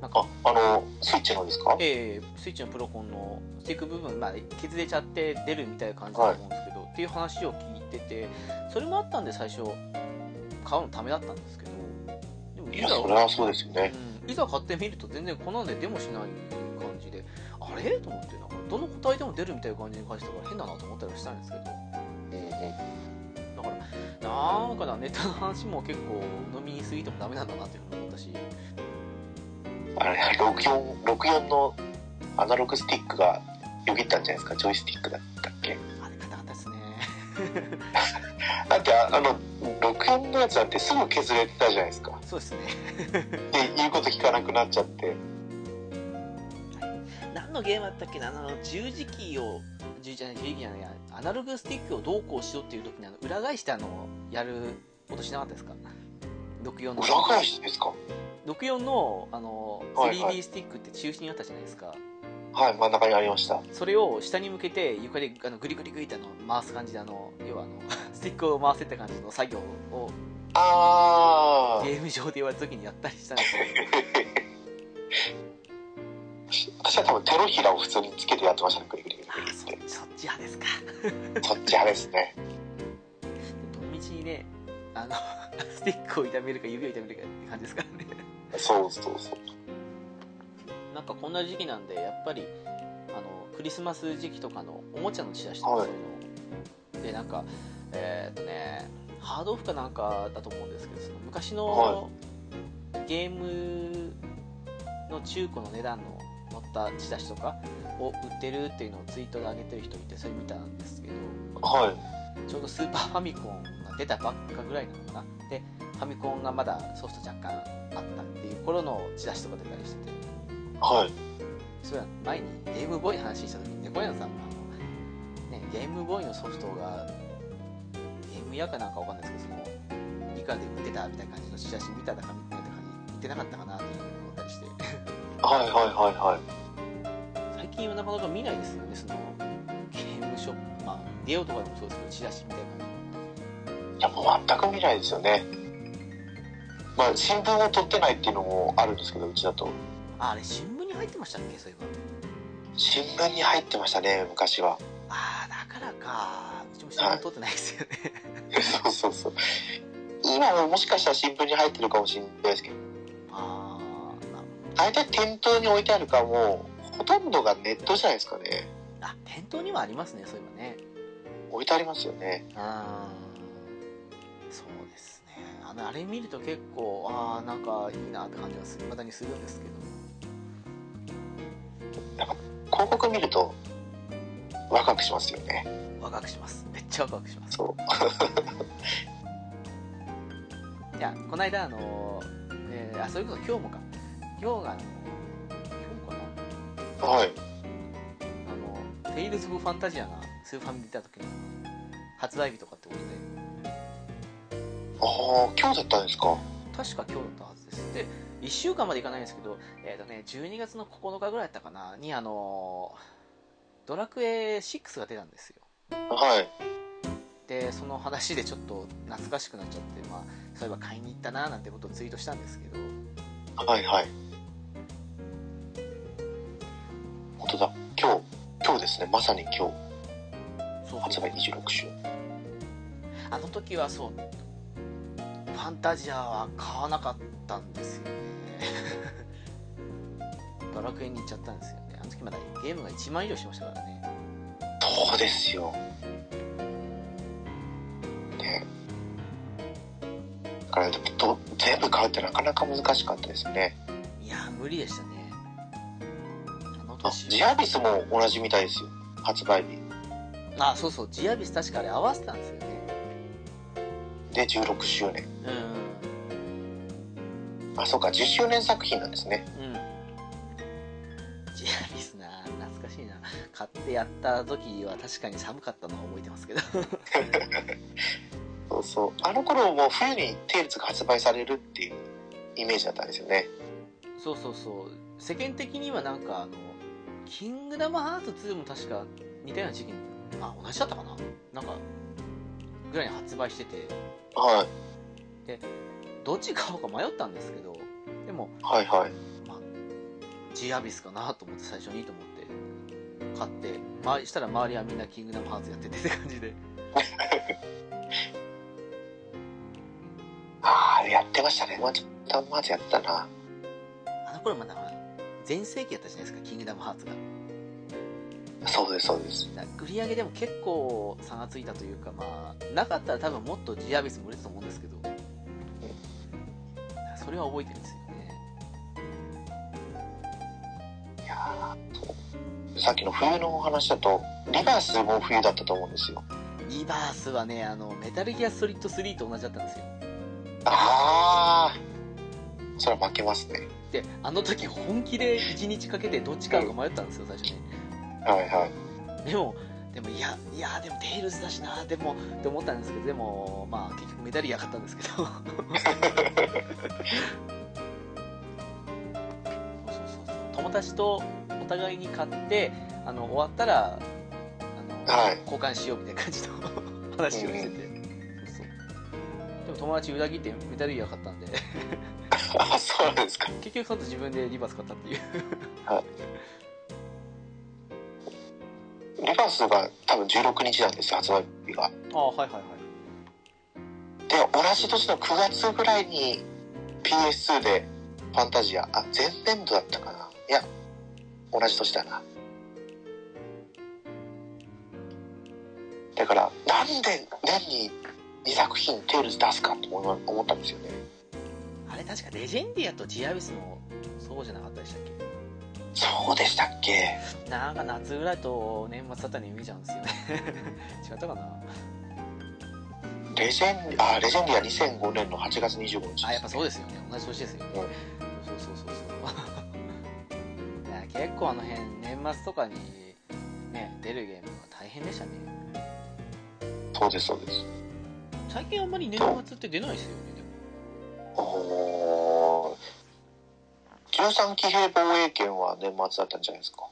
なんかスイッチのですか？ スイッチのプロコンのスティック部分、削れちゃって出るみたいな感じだと思うんですけど、っていう話を聞いてて、それもあったんで最初買うのためだったんですけど、でもいや、それはそうですよね。 いざ買ってみると全然粉で出もしない感じで、あれと思って、なんかどの個体でも出るみたいな感じに関しては変だなと思ったりはしたんですけど、だからなんかネタの話も結構飲みに過ぎてもダメなんだなっていうのを思ったし、 あれ64のアナログスティックがよぎったんじゃないですか。ジョイスティックだったっけ？ あれ硬かったですね。 だって64のやつなんてすぐ削れてたじゃないですか。 そうですね。 で、言うこと聞かなくなっちゃって。 何のゲームだったっけな、十字キーをアナログスティックをどうこうしようっていう時に裏返してやることしなかったですか？64の。 裏返しですか？ 64の3D スティックって中心にあったじゃないですか。 はい、真ん中にありました。 それを下に向けて床でグリグリグリって回す感じで、要はスティックを回せた感じの作業をゲーム上で言われた時にやったりしたんですけど私は多分手のひらを普通につけてやってましたね、グリグリグリグリって。 そっち派ですか。 そっち派ですね。 どの道にね、スティックを痛めるか指を痛めるかって感じですからね。 そうそうそう。 なんかこんな時期なんで、やっぱりクリスマス時期とかのおもちゃのチラシとかそういうので、なんかハードオフかなんかだと思うんですけど、その昔のゲームの中古の値段の載ったチラシとかを売ってるっていうのをツイートで上げてる人いて、それ見たんですけど、ちょうどスーパーファミコンが出たばっかぐらいなのかな。でファミコンがまだソフト若干あったっていう頃のチラシとか出たりしてて、それは前にゲームボーイの話した時に猫屋さんがゲームボーイのソフトがゲーム屋かなんかわかんないですけど、そのいくらで売ってたみたいな感じのチラシ見ただかみたいな感じ言ってなかったかなっていうのを思ったりして最近はなかなか見ないですよね、そのゲームショップ、まあデオとかでもそうですけど、チラシみたいな。 いや、もう全く見ないですよね。まあ新聞を取ってないっていうのもあるんですけど、うちだと。 あれ新聞に入ってましたっけ、そういえば。 新聞に入ってましたね、昔は。 ああ、だからか。うちも新聞取ってないですよね。 そうそうそう。今ももしかしたら新聞に入ってるかもしれないですけど。大体店頭に置いてあるかも、ほとんどがネットじゃないですかね。 あ、店頭にはありますね、そういえばね。 置いてありますよね。 そうですね。あれ見ると結構、なんかいいなって感じがまだにするんですけど。なんか広告見るとワクワクしますよね。 ワクワクします。めっちゃワクワクします。 そう。 いや、この間それこそ今日もか。今日が今日かな。 はい。 テイルズ・オブ・ファンタジアがスーファミで出た時の発売日とかってことで。 今日だったんですか。 確か今日だったはずです。で、1週間までいかないんですけど、12月の9日ぐらいだったかなにドラクエ6が出たんですよ。 はい。 で、その話でちょっと懐かしくなっちゃって、まあそういえば買いに行ったななんてことをツイートしたんですけど。 はいはい。本当だ。今日ですね。まさに今日。そう発売26週。 あの時はそう、ファンタジアは買わなかったんですよね。ドラクエに行っちゃったんですよね。あの時まだゲームが1万以上しましたからね。 そうですよ。ね。だから全部買うってなかなか難しかったですね。 いやー、無理でしたね。 ジアビスも同じみたいですよ、発売日。 そうそう、ジアビス確かあれ合わせたんですよね。 で16周年。そうか、10周年作品なんですね。 ジアビスな、懐かしいな。買ってやった時は確かに寒かったのは覚えてますけど。 そうそう、あの頃も冬にテイルズが発売されるっていうイメージだったんですよね。 そうそうそう。世間的にはなんかキングダムハーツ2も確か似たような時期に、同じだったかな、なんかぐらいに発売してて、でどっち買おうか迷ったんですけど、でもジアビスかなと思って最初にいいと思って買って、したら周りはみんなキングダムハーツやっててって感じで。 やってましたね。キングダムハーツやってたな。 あの頃まだ全盛期やったじゃないですか、キングダムハーツが。 そうですそうです。 売り上げでも結構差がついたというか、なかったら多分もっとジアビスも売れたと思うんですけど、それは覚えてるんですよね。 いやー、さっきの冬のお話だとリバースも冬だったと思うんですよ。 リバースはね、メタルギアソリッド3と同じだったんですよ。 それは負けますね。 で、あの時本気で1日かけてどっちかが迷ったんですよ、最初ね。でもいやでもテイルズだしな、でもって思ったんですけど、でも結局メタルギア買ったんですけど。そう友達とお互いに買って終わったらはい、 交換しようみたいな感じの話をしてて、そうそう。でも友達裏切ってメタルギア買ったんであ、そうなんですか。 結局その後自分でリバース買ったっていうはい、リバースが多分16日なんですよ、発売日が。 ああ、はいはいはい。 で同じ年の9月ぐらいに PS2 でファンタジア、前年度だったかな、いや同じ年だな。だからなんで年に2作品テイルズ出すかと思ったんですよね。 あれ確かレジェンディアとジアビスもそうじゃなかったでしたっけ？ そうでしたっけ？ なんか夏ぐらいと年末あたりに見ちゃうんですよね違ったかな。 レジェンディア2005年の8月25日、 やっぱそうですよね、同じ年ですよね、そういや結構あの辺年末とかにね出るゲームは大変でしたね。 そうですそうです。 最近あんまり年末って出ないですよね。でも13騎兵防衛権は年末だったんじゃないですか。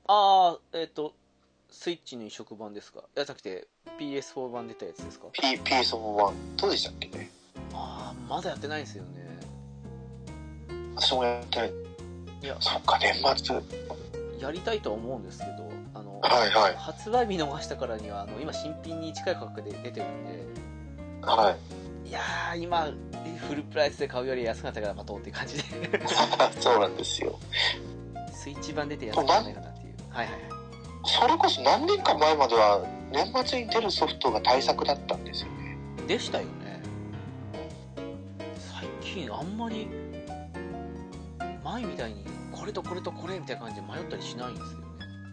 スイッチの移植版ですか？いや、じゃなくて PS4 版出たやつですか？ PS4 版どうでしたっけね。 まだやってないんですよね。 私もやってない。 いや、 そっか、年末やりたいとは思うんですけど、 はいはい、 発売日逃したからには今新品に近い価格で出てるんで、 はい、 いやー今フルプライスで買うより安かったから待とうっていう感じでそうなんですよ。 スイッチ版出て安くないかなっていう。はいはいはい。 それこそ何年か前までは年末に出るソフトが対策だったんですよね。 でしたよね。最近あんまり前みたいにこれとこれとこれみたいな感じで迷ったりしないんですよね。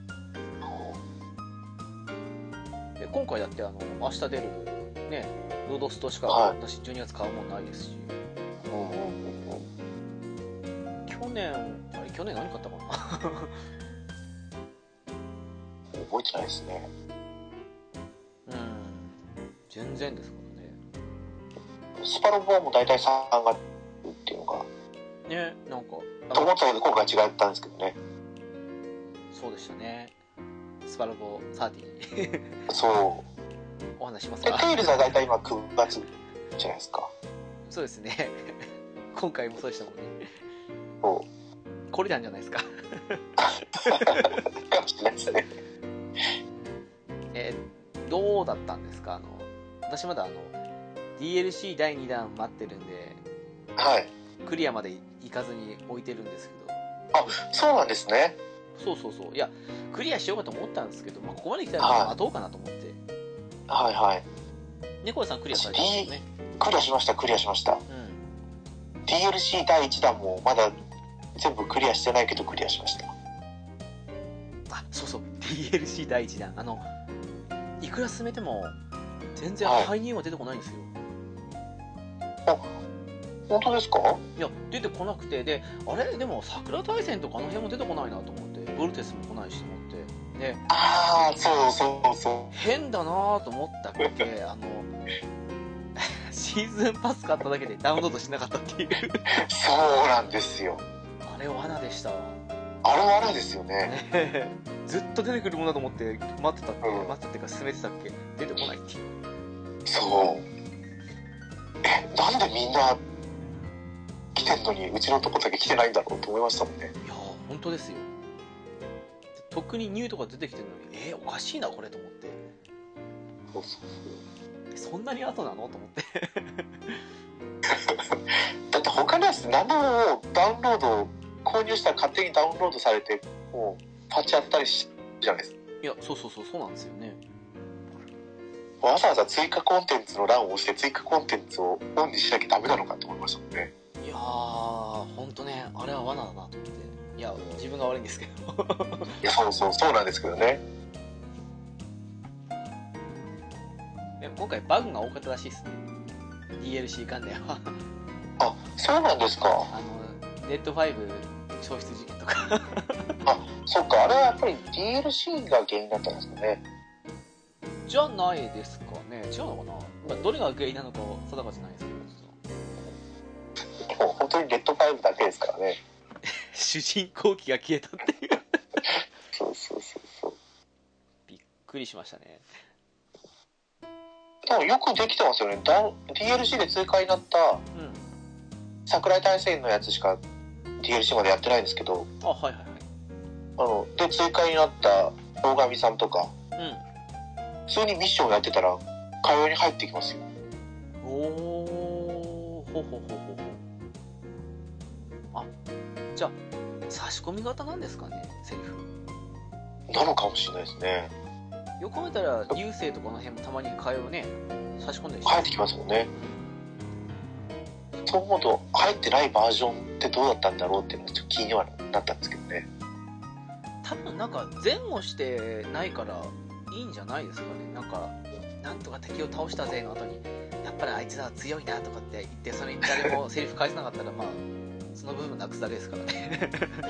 で今回だって明日出るねロードストしか私12月買うもんないですし、去年何買ったかな覚えてないですね。 全然ですからね。 スパロボも大体3月っていうのがね、なんかと思ったけど今回違ったんですけどね。 そうでしたね。スパロボ30 そうお話しますか。 テイルズは大体今9月じゃないですか。 そうですね今回もそうでしたもんね。 そうこれなんじゃないですかかもしれないですね。 どうだったんですか？私まだDLC 第2弾待ってるんで、 はい、 クリアまで行かずに置いてるんですけど。 そうなんですね。 そういやクリアしようかと思ったんですけど、ここまで来たら待とうかなと思って。 はいはい。 猫さんクリアされてますよね。 クリアしました、DLC 第1弾もまだ全部クリアしてないけどクリアしました。 そう DLC 第1弾いくら進めても全然介入は出てこないんですよ。 本当ですか？ いや出てこなくて、ででも桜大戦とかあの辺も出てこないなと思って、ボルテスも来ないしと思って、でそう変だなと思ったっけシーズンパス買っただけでダウンロードしなかったっていうそうなんですよ。 あれ罠でしたわ。 あれは罠ですよねずっと出てくるものだと思って待ってたっていうか進めてたっけ、出てこないっていう。 そうなんでみんな来てんのにうちのとこだけ来てないんだろうと思いましたもんね。 いや本当ですよ。特にニューとか出てきてるのにおかしいなこれと思って。そんなに後なのと思ってだって他のやつ7をダウンロード購入したら勝手にダウンロードされてもうパッチあったりしじゃないですか。 いやそうなんですよね。 わざわざ追加コンテンツの欄を押して追加コンテンツをオンにしなきゃダメなのかと思いましたもんね。 いやーほんとね、あれは罠だなと思って。いや自分が悪いんですけどいやそうなんですけどね。 今回バグが多かったらしいですね、 DLC 関連はそうなんですか。 デッド5消失事件とかそっか、あれはやっぱり DLC が原因だったんですかね。 じゃないですかね。違うのかな、どれが原因なのか定かじゃないですけど、 もう本当にレッド5だけですからね主人公機が消えたっていうそうそうそうそう。 びっくりしましたね。 でもよくできてますよね。DLC で追加になった桜井大戦のやつしか DLC までやってないんですけど、 あ、はいはいはい。で追加になった大神さんとか、普通にミッションやってたら会話に入ってきますよ。 おお、ほほほほほ。あ、じゃあ差し込み型なんですかね、セリフ。 なのかもしれないですね。 よく考えたら流星とかの辺もたまに会話をね差し込んで入ってきますもんね。そう思うと入ってないバージョンってどうだったんだろうっていうのがちょっと気にはなったんですけどね。 多分なんか前後してないからいいんじゃないですかね。なんかなんとか敵を倒したぜの後にやっぱりあいつらは強いなとかって言ってそれに誰もセリフ返せなかったらまあその部分なくすだけですからね。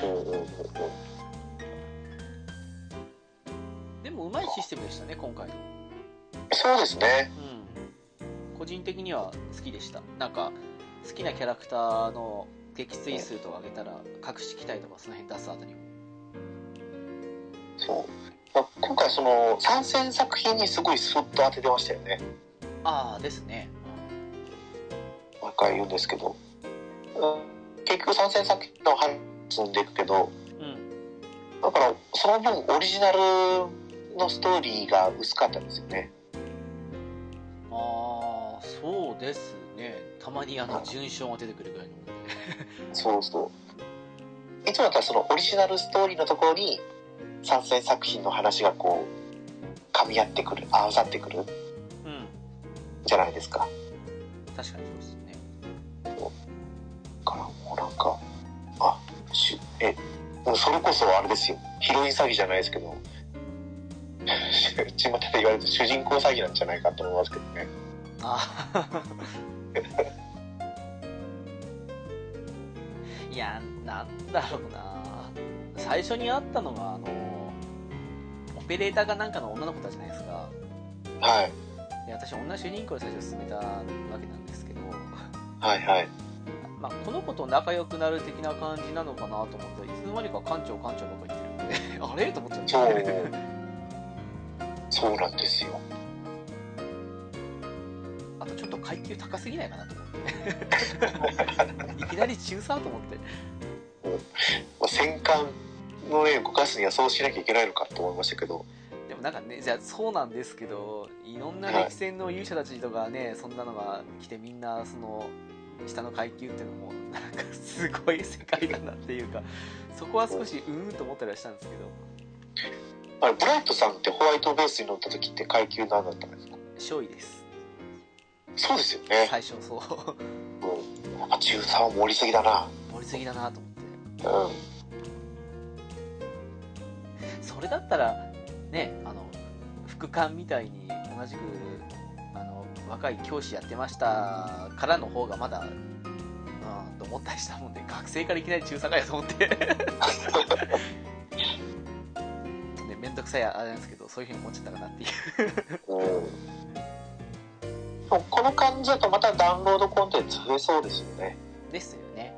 でもうまいシステムでしたね今回の。 そうですね。 個人的には好きでした。なんか好きなキャラクターの撃墜数とか上げたら隠し機体とかその辺出すあたりもそう、今回その参戦作品にすごいスッと当ててましたよね。 ああですね、 毎回言うんですけど、結局参戦作品の話進んでいくけど、だからその分オリジナルのストーリーが薄かったんですよね。 ああそうですね。たまに準将が出てくるぐらいのものでそうそう。いつもだったらそのオリジナルストーリーのところに参戦作品の話がこう噛み合ってくる、合わさってくる、じゃないですか。 確かにそうですね。 だからもうなんかそれこそあれですよ、ヒロイン詐欺じゃないですけど巷で言われる主人公詐欺なんじゃないかと思いますけどね。 いやなんだろうな、最初に会ったのがオペレーターかなんかの女の子たちじゃないですか。 はい。 で私女主人公で最初進めたわけなんですけど、 はいはい。 まあ、この子と仲良くなる的な感じなのかなと思ったらいつの間にか館長とか言ってるんであれと思っちゃってそうなんですよ。 あとちょっと階級高すぎないかなと思っていきなり中3と思って戦艦のね動かすにはそうしなきゃいけないのかと思いましたけど、 でもなんかね、じゃあそうなんですけどいろんな歴戦の勇者たちとかね、そんなのが来てみんなその下の階級っていうのもなんかすごい世界だなっていうかそこは少しと思ったりはしたんですけど、 あれブライトさんってホワイトベースに乗った時って階級何だったんですか？ 少尉です。 そうですよね。 最初そうやっぱ中3は盛りすぎだなと思って、それだったらね副官みたいに同じく若い教師やってましたからの方がまだと思ったりしたもんで、学生からいきなり中3かやと思ってね、めんどくさいあれなんですけどそういう風に思っちゃったかなっていうこの感じだとまたダウンロードコンテンツ増えそうですよね。 ですよね、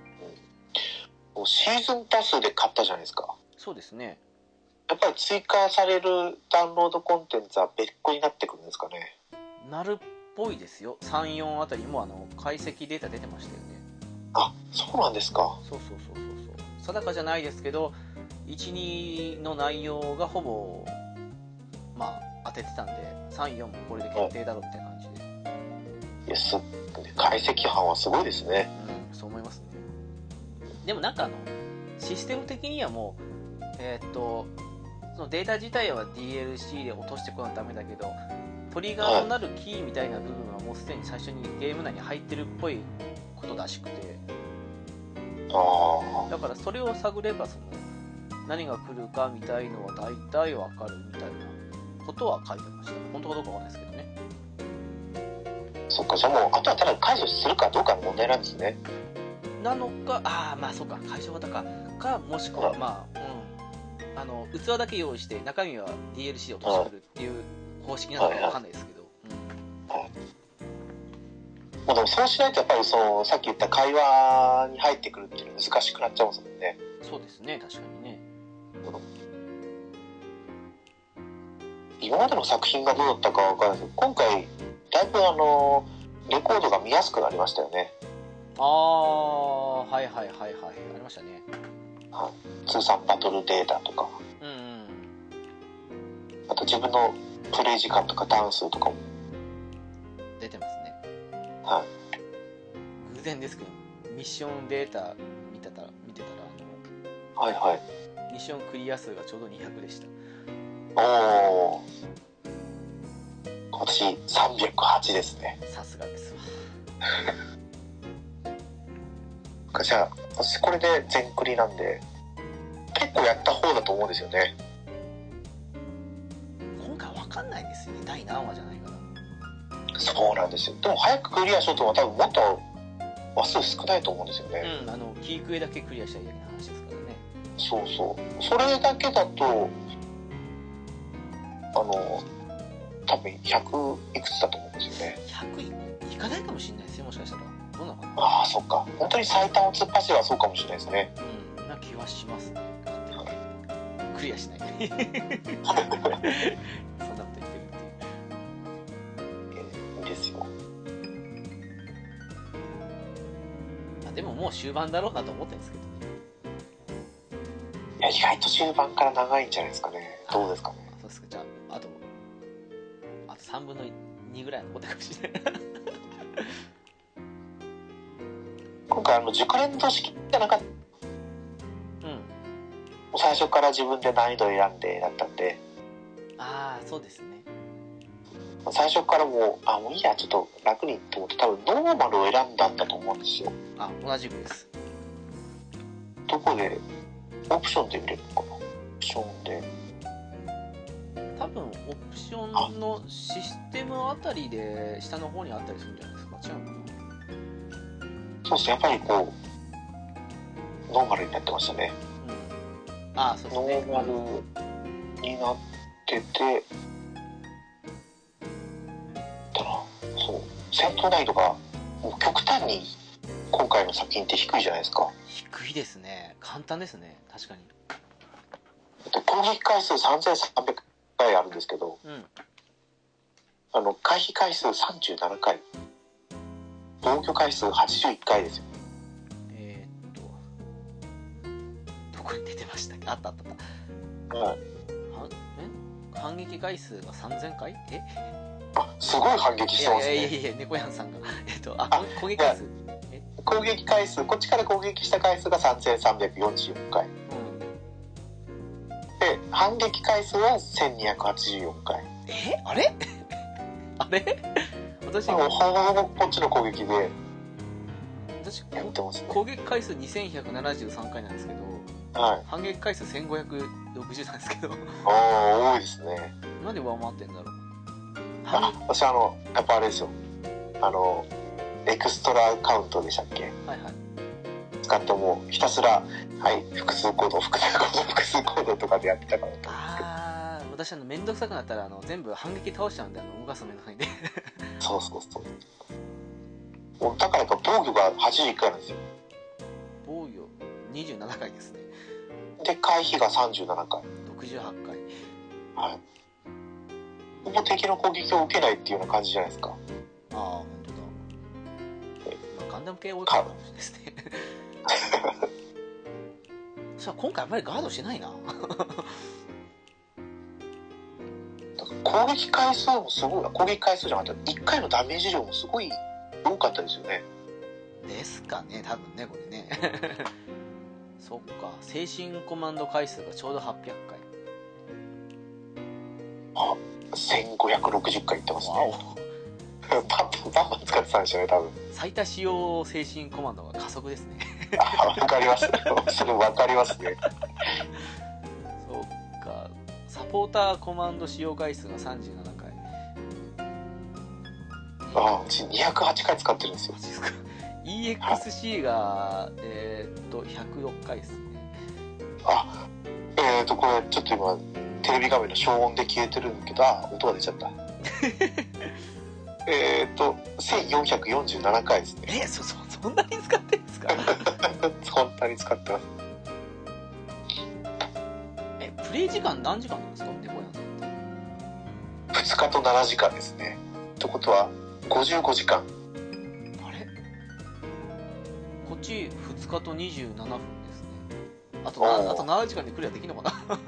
シーズンパスで買ったじゃないですか。 そうですね。 やっぱり追加されるダウンロードコンテンツは別個になってくるんですかね。 なるっぽいですよ。3、4あたりも解析データ出てましたよね。 あ、そうなんですか。 そう定かじゃないですけど1、2の内容がほぼまあ当ててたんで3、4もこれで決定だろうって感じで、 いや解析班はすごいですね。 そう思いますね。でもなんかシステム的にはもうそのデータ自体は DLC で落としてこないとダメだけどトリガーとなるキーみたいな部分はもうすでに最初にゲーム内に入ってるっぽいことらしくて、だからそれを探ればその何が来るかみたいのは大体わかるみたいなことは書いてました。本当かどうかわかんないですけどね。 そっか、じゃあもうあとはただ解除するかどうかの問題なんですね。 なのか、まあそうか、解消型かもしくはまあ器だけ用意して中身は DLC で落としてくるっていう方式なのかわかんないですけど、 もうでもそうしないとやっぱりそのさっき言った会話に入ってくるっていうの難しくなっちゃいますもんね。 そうですね、確かにね。 今までの作品がどうだったかわからないですけど、今回だいぶレコードが見やすくなりましたよね。 ああ、はいはいはいはい、ありましたね。 はい、通算バトルデータとか、 うんうん、 あと自分のプレイ時間とかターン数とかも出てますね。 はい。 偶然ですけど、ミッションデータ見てたらはいはい。 ミッションクリア数がちょうど200でした。 おお。私308ですね。 さすがですわ。 じゃあ私これで全クリなんで結構やった方だと思うんですよね。 今回わかんないんですよね、第何話じゃないかな。 そうなんですよ。でも早くクリアしようとは多分もっと話数少ないと思うんですよね。 うん、キークエだけクリアしたいだけの話ですからね。 そうそう。それだけだと多分100いくつだと思うんですよね。 100いかないかもしれないですよ、もしかしたら。どうなのかな。 ああ、そっか。本当に最短を突っ走ればそうかもしれないですね。 うん、な気はしますね。クリアしない。そんなこと言ってるっていう。 いいですよ。 でももう終盤だろうなと思ってるんですけどね。 いや、意外と終盤から長いんじゃないですかね。どうですかね。 そうですか。じゃああと3分の2ぐらい残ってるかもしれない。 今回熟練度式じゃなかった。うん。最初から自分で難易度選んでだったんで。 ああ、そうですね。 最初からもういいや、ちょっと楽にと思って多分ノーマルを選んだんだと思うんですよ。 あ、同じくです。 どこでオプションで見れるのかな。オプションで多分オプションのシステムあたりで下の方にあったりするんじゃないですか。違うのかな。 そうですね、やっぱりこうノーマルになってましたね。 うん、ああ、そうですね。 ノーマルになってて、そう戦闘難易度がもう極端に今回の作品って低いじゃないですか。 低いですね。簡単ですね。確かに。 攻撃回数3300回あるんですけど、うん、回避回数37回、防御回数81回ですよ。 どこに出てましたっけ。あったあった。はい。反撃回数が3000回？ すごい反撃してますね。 いや猫やんさんが攻撃回数攻撃回数、こっちから攻撃した回数が3344回、で反撃回数は1284回。 あれあれ私ほぼこっちの攻撃で私やってますね。 攻撃回数2173回なんですけど、はい、反撃回数1560なんですけど多いですね。 なんで上回ってんだろう。 私やっぱあれですよ、エクストラカウントでしたっけ。 はいはい。 使ってもひたすら複数行動複数行動とかでやってたからと。 ああ、私めんどくさくなったら全部反撃倒しちゃうんで動かすのめんどくさいんで。 そうもうだからやっぱ防御が81回なんですよ。 防御27回ですね。 で回避が37回、 68回。 はい。ほぼ敵の攻撃を受けないっていうような感じじゃないですか。 ああ、本当だ。ガンダム系多いかもしれないですね。さあ今回あんまりガードしてないな。 攻撃回数もすごい、攻撃回数じゃなかった1回のダメージ量もすごい多かったですよね。 ですかね、多分ね、これね。そっか、精神コマンド回数がちょうど800回。 1560回いってますね。バンバン使ってたんでしょうね、多分。 最多使用精神コマンドが加速ですね。 わかります。それわかりますね。 そっか、サポーターコマンド使用回数が37回。 うち208回使ってるんですよ。 マジですか。EXC が106回ですね。 これちょっと今テレビ画面の消音で消えてるんだけど、音が出ちゃった。1447回ですね。 そんなに使ってるんですか。 そんなに使ってます。 プレイ時間何時間なんですか、猫屋さんって。 2日と7時間ですね。ってことは55時間。 あれ、こっち2日と27分ですね。あと7時間でクリアできるのかな。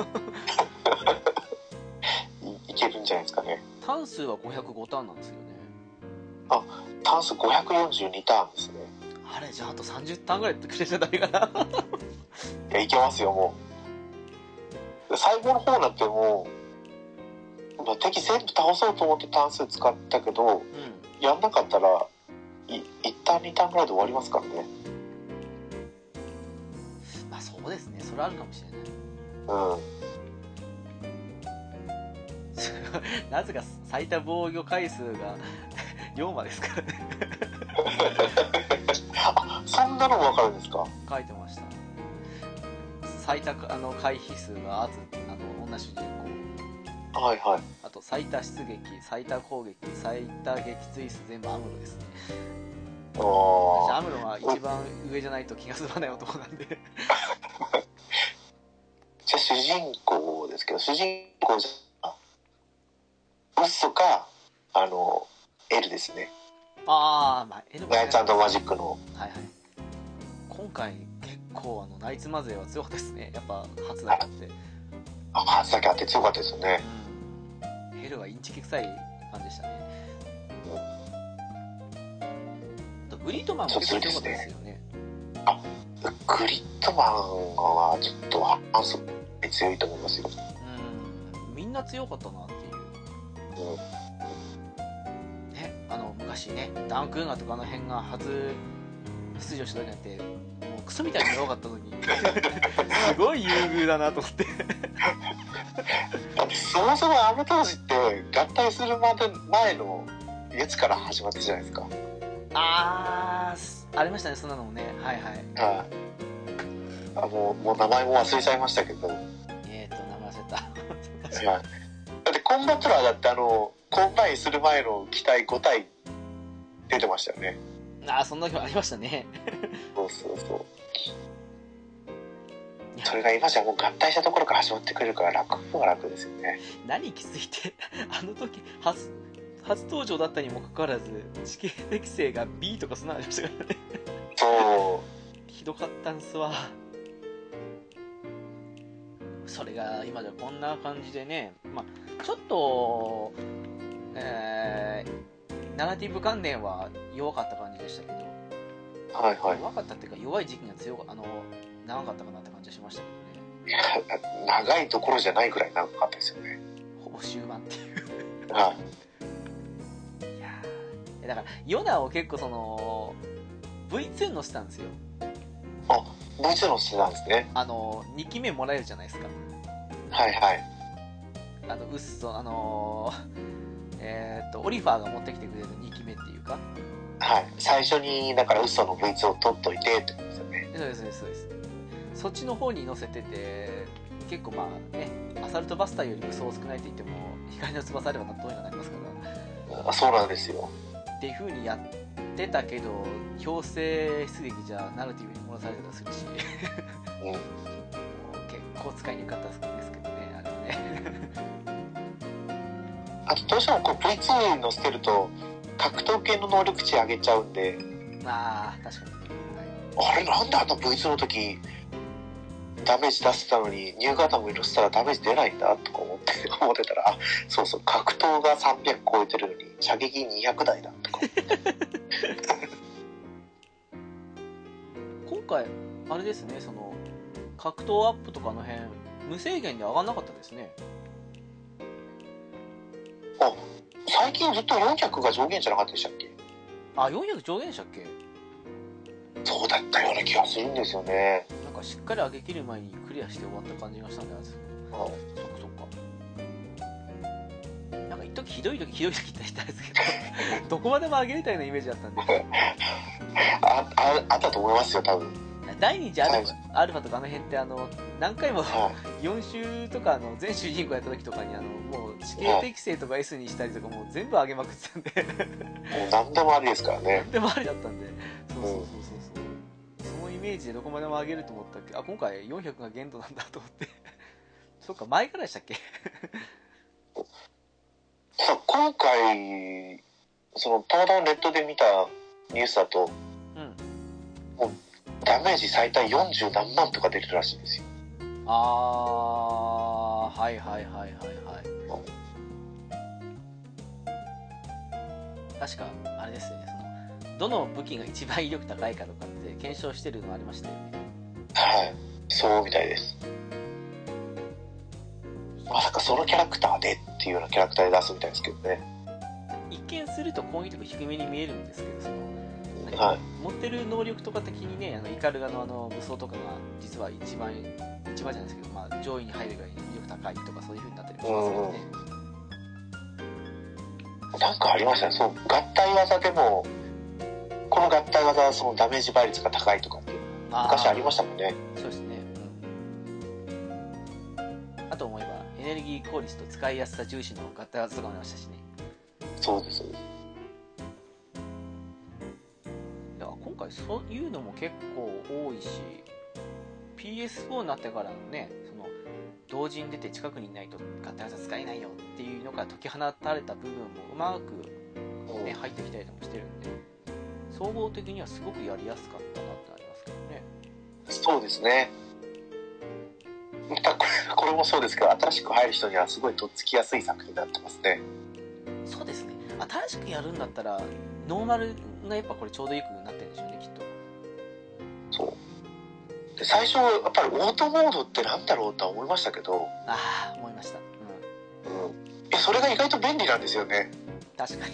いけるんじゃないですかね。 ターン数は505ターンなんですよね。 ターン数542ターンですね。 あれ、じゃああと30ターンぐらいでクリアしちゃダメかな。 いや、いけますよ、もう。最後の方になってもう、敵全部倒そうと思ってターン数使ったけど、やんなかったら1ターン2ターンぐらいで終わりますからね。 まあそうですね、それあるかもしれない。なぜか最多防御回数が4話ですからね。 あ、そんなのもわかるんですか。 書いてました。最多回避数が女主人公。 はいはい。 あと最多出撃、最多攻撃、最多撃墜数全部アムロですね。私アムロは一番上じゃないと気が済まない男なんで。 じゃあ主人公ですけど、主人公じゃウッソかL ですね。 ああ、まあ L も、ね、 ナイツ&マジックの。 はいはい。今回結構ナイツマ勢は強かったですね。やっぱ初だけあって。 初だけあって強かったですよね。 ヘルはインチキ臭い感じでしたね。グリッドマンも結構強かったですよね。 グリッドマンはちょっと反則強いと思いますよ。 みんな強かったなっていう。ね、昔ね、ダンクーガーとか辺が初出場した時なんて、もうクソみたいに弱かったのに、すごい優遇だなと思って。 そもそもあの当時って合体する前のやつから始まったじゃないですか。 ありましたね、そんなのもね。はいはい。 もう名前も忘れちゃいましたけど。名前忘れた。 だってコンバトラーだってコンバインする前の機体5体出てましたよね。 そんな時もありましたね。 そう。それが今じゃもう合体したところから始まってくれるから楽ですよね。 何きついて、時初登場だったにもかかわらず地形適正が B とかそんなのありましたからね。 そうひどかったんすわ。それが今じゃこんな感じでね、まあちょっとナラティブ関連は弱かった感じでしたけど、弱かったっていうか弱い時期が長かったかなって感じがしましたけどね。長いところじゃないぐらい長かったですよね。 ほぼ終盤っていう。 いやだからヨナを結構V2 乗せたんですよ。 V2 乗せたんですね。 2期目もらえるじゃないですか。ウッソオリファーが持ってきてくれる2期目っていうか、 最初にだからウッソの V2 を取っといてってことですよね。 そうです。そっちの方に乗せてて、結構まあね、アサルトバスターより武装少ないと言っても光の翼あればどうにかなりますから。そうなんですよっていう風にやってたけど、強制出撃じゃナラティブに戻されたりするし、結構使いにくかったですけどね、あれはね。 あとどうしてもV2 に乗せてると格闘系の能力値上げちゃうんで、 確かにね、 あれなんであんな V2 の時ダメージ出してたのにニューガンダムに乗せたらダメージ出ないんだとか思ってたら、そう格闘が300超えてるのに射撃200台だとか今回あれですね、格闘アップとかの辺無制限で上がんなかったですね。 最近ずっと400が上限じゃなかったでしたっけ。 400上限でしたっけ。 そうだったような気がするんですよね。 なんかしっかり上げきる前にクリアして終わった感じがしたんだよ。そっか。なんか一時ひどい時って言ったんですけど、どこまでも上げれたようなイメージだったんで。 あったと思いますよ、多分。 第2次アルファとか辺って何回も4周とか全主人公やった時とかにもう地形適正とか S にしたりとかもう全部上げまくってたんで、 もう何でもありですからね。 何でもありだったんで、そうそのイメージでどこまでも上げると思ったっけ。今回400が限度なんだと思って。 そっか、前からでしたっけ？ 今回、たまたまネットで見たニュースだと、もうダメージ最大40何万とか出るらしいですよ。 はいはいはいはいはい。確か、あれですね、どの武器が一番威力高いかとかって検証してるのありましたよね。 はい、そうみたいです。まさかそのキャラクターでっていうようなキャラクターで出すみたいですけどね。 一見すると攻撃力低めに見えるんですけど、 はい、 持ってる能力とか的にね、イカルガの武装とかが実は一番じゃないですけど、まあ、上位に入るぐらいに威力高いとかそういう風になったりもしますけどね。 なんかありましたね。そう、合体技でも、この合体技はそのダメージ倍率が高いとかっていう昔ありましたもんね。 そうですね。あと思えばエネルギー効率と使いやすさ重視の合体技とかもありましたしね。 そうですそうです。 いや今回そういうのも結構多いし、 PS4 になってからのね、同時に出て近くにいないと合体技使えないよっていうのから解き放たれた部分もうまく、ね、入ってきたりもしてるんで、総合的にはすごくやりやすかったなってありますけどね。 そうですね。またこれもそうですけど、新しく入る人にはすごいとっつきやすい作品になってますね。 そうですね。新しくやるんだったらノーマルがやっぱこれちょうどよくなってるんでしょうね、きっと。 そうで、最初やっぱりオートモードってなんだろうとは思いましたけど、 思いました。 それが意外と便利なんですよね。 確かに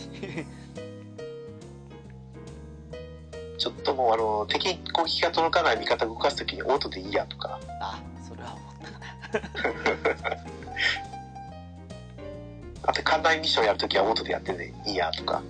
ちょっともう敵攻撃が届かない味方動かすときにオートでいいやとか。 それは思ったかなあと艦内ミッションやるときはオートでやってねいいやとか。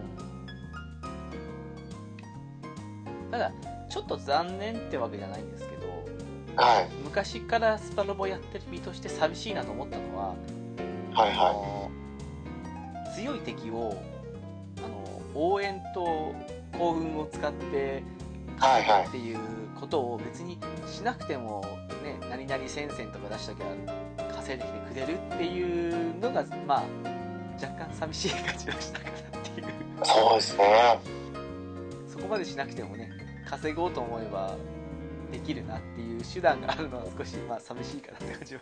ただちょっと残念ってわけじゃないんですけど、 はい、 昔からスパロボやってる身として寂しいなと思ったのは、 はいは強い敵を応援と幸運を使ってっていうことを別にしなくてもね、何々戦線とか出しときゃ稼いできてくれるっていうのがまあ若干寂しい感じがしたかなっていう。 そうですね。 そこまでしなくてもね、稼ごうと思えばできるなっていう手段があるのは少しまあ寂しいかなって感じは。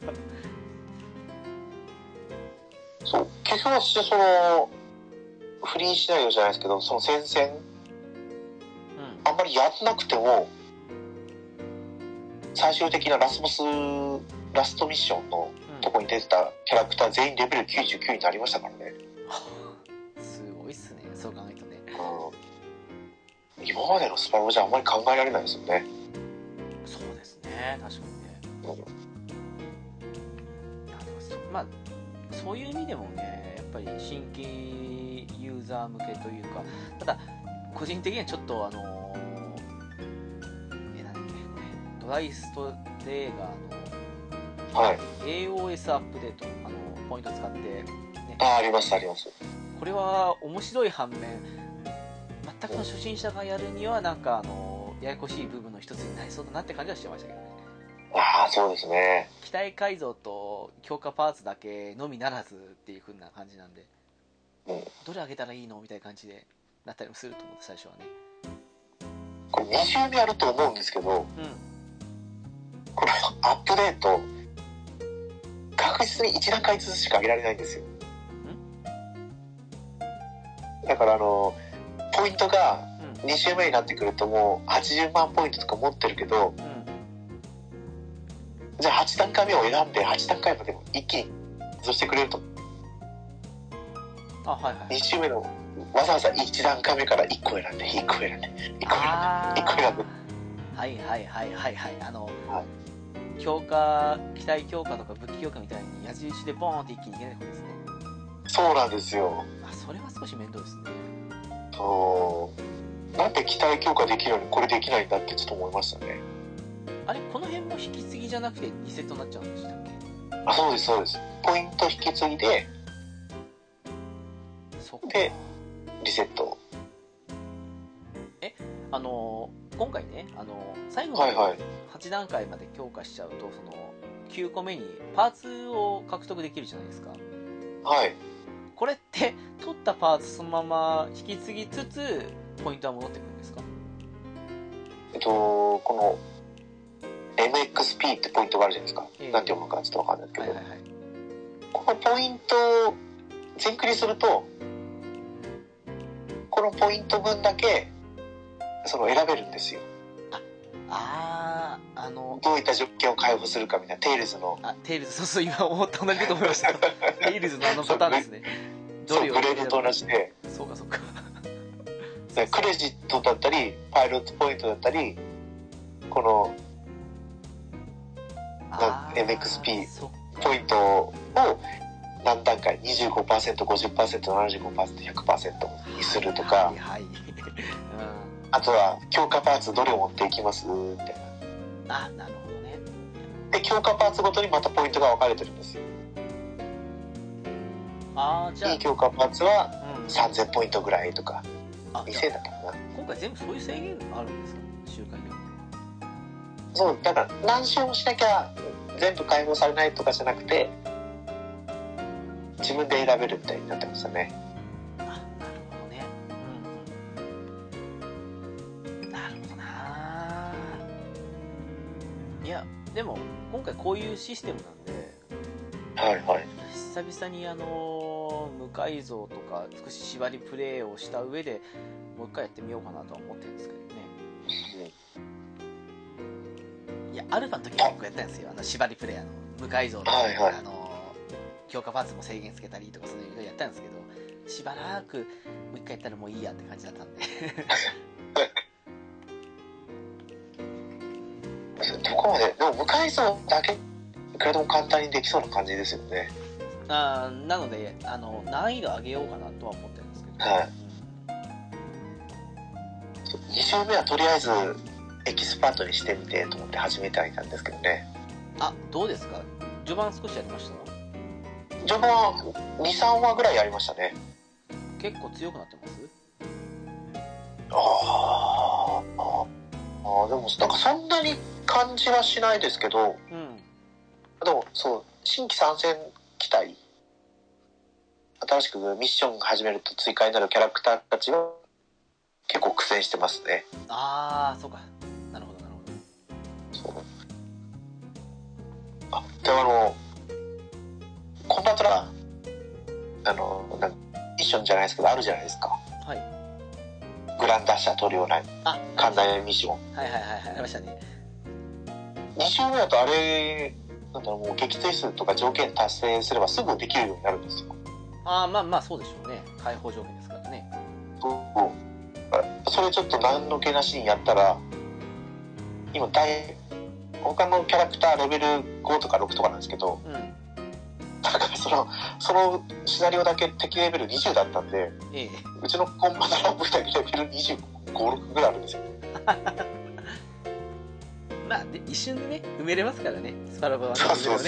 そう、結局私フリーシナリオじゃないですけど、その戦線、あんまりやんなくても最終的なラストミッションのとこに出てたキャラクター全員レベル99になりましたからね。 すごいっすね、そう考えるとね。 今までのスパロボじゃあんまり考えられないですよね。 そうですね、確かにね。まあそういう意味でもね、やっぱり新規ユーザー向けというか、ただ個人的にはちょっとなんだっけ、ドライストレーガーの AOS アップデート、ポイント使って、ね、 ありますあります。 これは面白い反面、全くの初心者がやるにはなんかややこしい部分の一つになりそうだなって感じはしてましたけどね。 そうですね。 機体改造と強化パーツだけのみならずっていう風な感じなんで、どれあげたらいいのみたいな感じでなったりもすると思って、最初はね。 これ2周目あると思うんですけど、これアップデート確実に1段階ずつしか上げられないんですよ。だからポイントが2周目になってくるともう80万ポイントとか持ってるけど、じゃあ8段階目を選んで8段階までも一気に増してくれると、2周目のわざわざ1段階目から1個選んで1個選んで1個選んで強化、機体強化とか武器強化みたいに矢印でボーンって一気にいけないことですね。 そうなんですよ。 それは少し面倒ですね。 なんで機体強化できるのにこれできないんだってちょっと思いましたね。 あれ、この辺も引き継ぎじゃなくてリセットになっちゃうんでしたっけ？ そうですそうです。ポイント引き継ぎでリセット。 今回ね、最後の8段階まで強化しちゃうと、 9個目にパーツを獲得できるじゃないですか。 はい。 これって取ったパーツそのまま引き継ぎつつポイントは戻ってくるんですか？ この MXP ってポイントがあるじゃないですか。なんて読むのかちょっとわかんないですけど、はいはいはい、このポイントを全クリすると、このポイント分だけその選べるんですよ。どういった条件を開放するかみたいな、テイルズの。 テイルズ、そうそう、今思った同じこと思いました。テイルズのパターンですね。 そう、グレードと同じで。 そうかそうか。 クレジットだったり、パイロットポイントだったり、この、MXP ポイントを何段階、25%、50%、75%、100% にするとか、はいはい、あとは強化パーツどれを持っていきますみたいな。 なるほどね。 で、強化パーツごとにまたポイントが分かれてるんですよ。 じゃあいい強化パーツは3000ポイントぐらいとか、2000だったかな。 今回全部そういう制限あるんですか、周回では。 そう、だから何周もしなきゃ全部解放されないとかじゃなくて、自分で選べるみたいになってましたね。 なるほどね。なるほどな。いや、でも今回こういうシステムなんで、 はいはい、 久々に無改造とか少し縛りプレイをした上でもう一回やってみようかなとは思ってるんですけどね。いや、アルファの時は結構やったんですよ、縛りプレイ、無改造で、はいはい、強化パーツも制限つけたりとかそういうのやったんですけど、しばらくもう一回やったらもういいやって感じだったんでどこまででも無改造だけいくらでも簡単にできそうな感じですよね。 なので難易度上げようかなとは思ってるんですけど、 はい、2周目はとりあえずエキスパートにしてみてと思って始めてはいたんですけどね。 どうですか、序盤少しやりました？ 序盤 2,3 話ぐらいやりましたね。 結構強くなってます？ でもなんかそんなに感じはしないですけど、でもそう、新規参戦機体、新しくミッションが始めると追加になるキャラクターたちは結構苦戦してますね。 そうか、なるほどなるほど。 そうでコンバトラーミッションじゃないですけどあるじゃないですか。 はい。 グランダッシャー取るような簡単なミッション。 はいありましたね。 2周目だとあれもう撃墜数とか条件達成すればすぐできるようになるんですよ。 まあそうでしょうね。解放条件ですからね。 それちょっと何の気なしにやったら、今他のキャラクターレベル5とか6とかなんですけど、だからそのシナリオだけ敵レベル20だったんで、うちのコンバトラー部だけレベル25、6ぐらいあるんですよ。 まあで一瞬でね埋めれますからね、スパロボはね。 そう2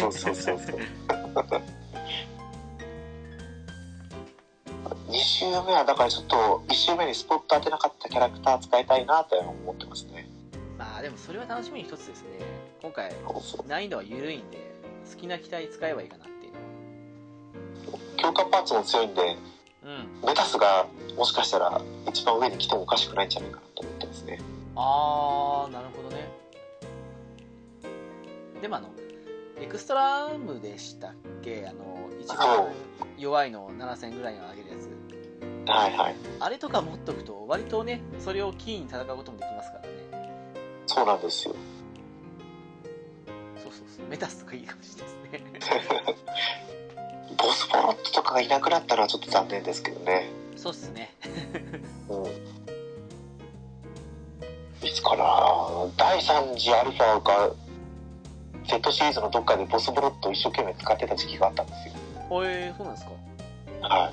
周目はだからちょっと1周目にスポット当てなかったキャラクター使いたいなと思ってますね。 まあでもそれは楽しみに一つですね。今回難易度は緩いんで好きな機体使えばいいかなっていう。 強化パーツも強いんで、メタスがもしかしたら一番上に来てもおかしくないんじゃないかなと思ってますね。 なるほどね。でもエクストラアームでしたっけ、一番弱いのを7000ぐらいに上げるやつ。 はいはい。 あれとか持っとくと割とね、それをキーに戦うこともできますからね。 そうなんですよ。 そうメタスとかいいかもしれないですね。 ボスポロットとかがいなくなったのはちょっと残念ですけどね。 そうっすね。 いつかな、第3次アルファがZ シリーズのどっかでボスブロットを一生懸命使ってた時期があったんですよ。 そうなんですか。 はい。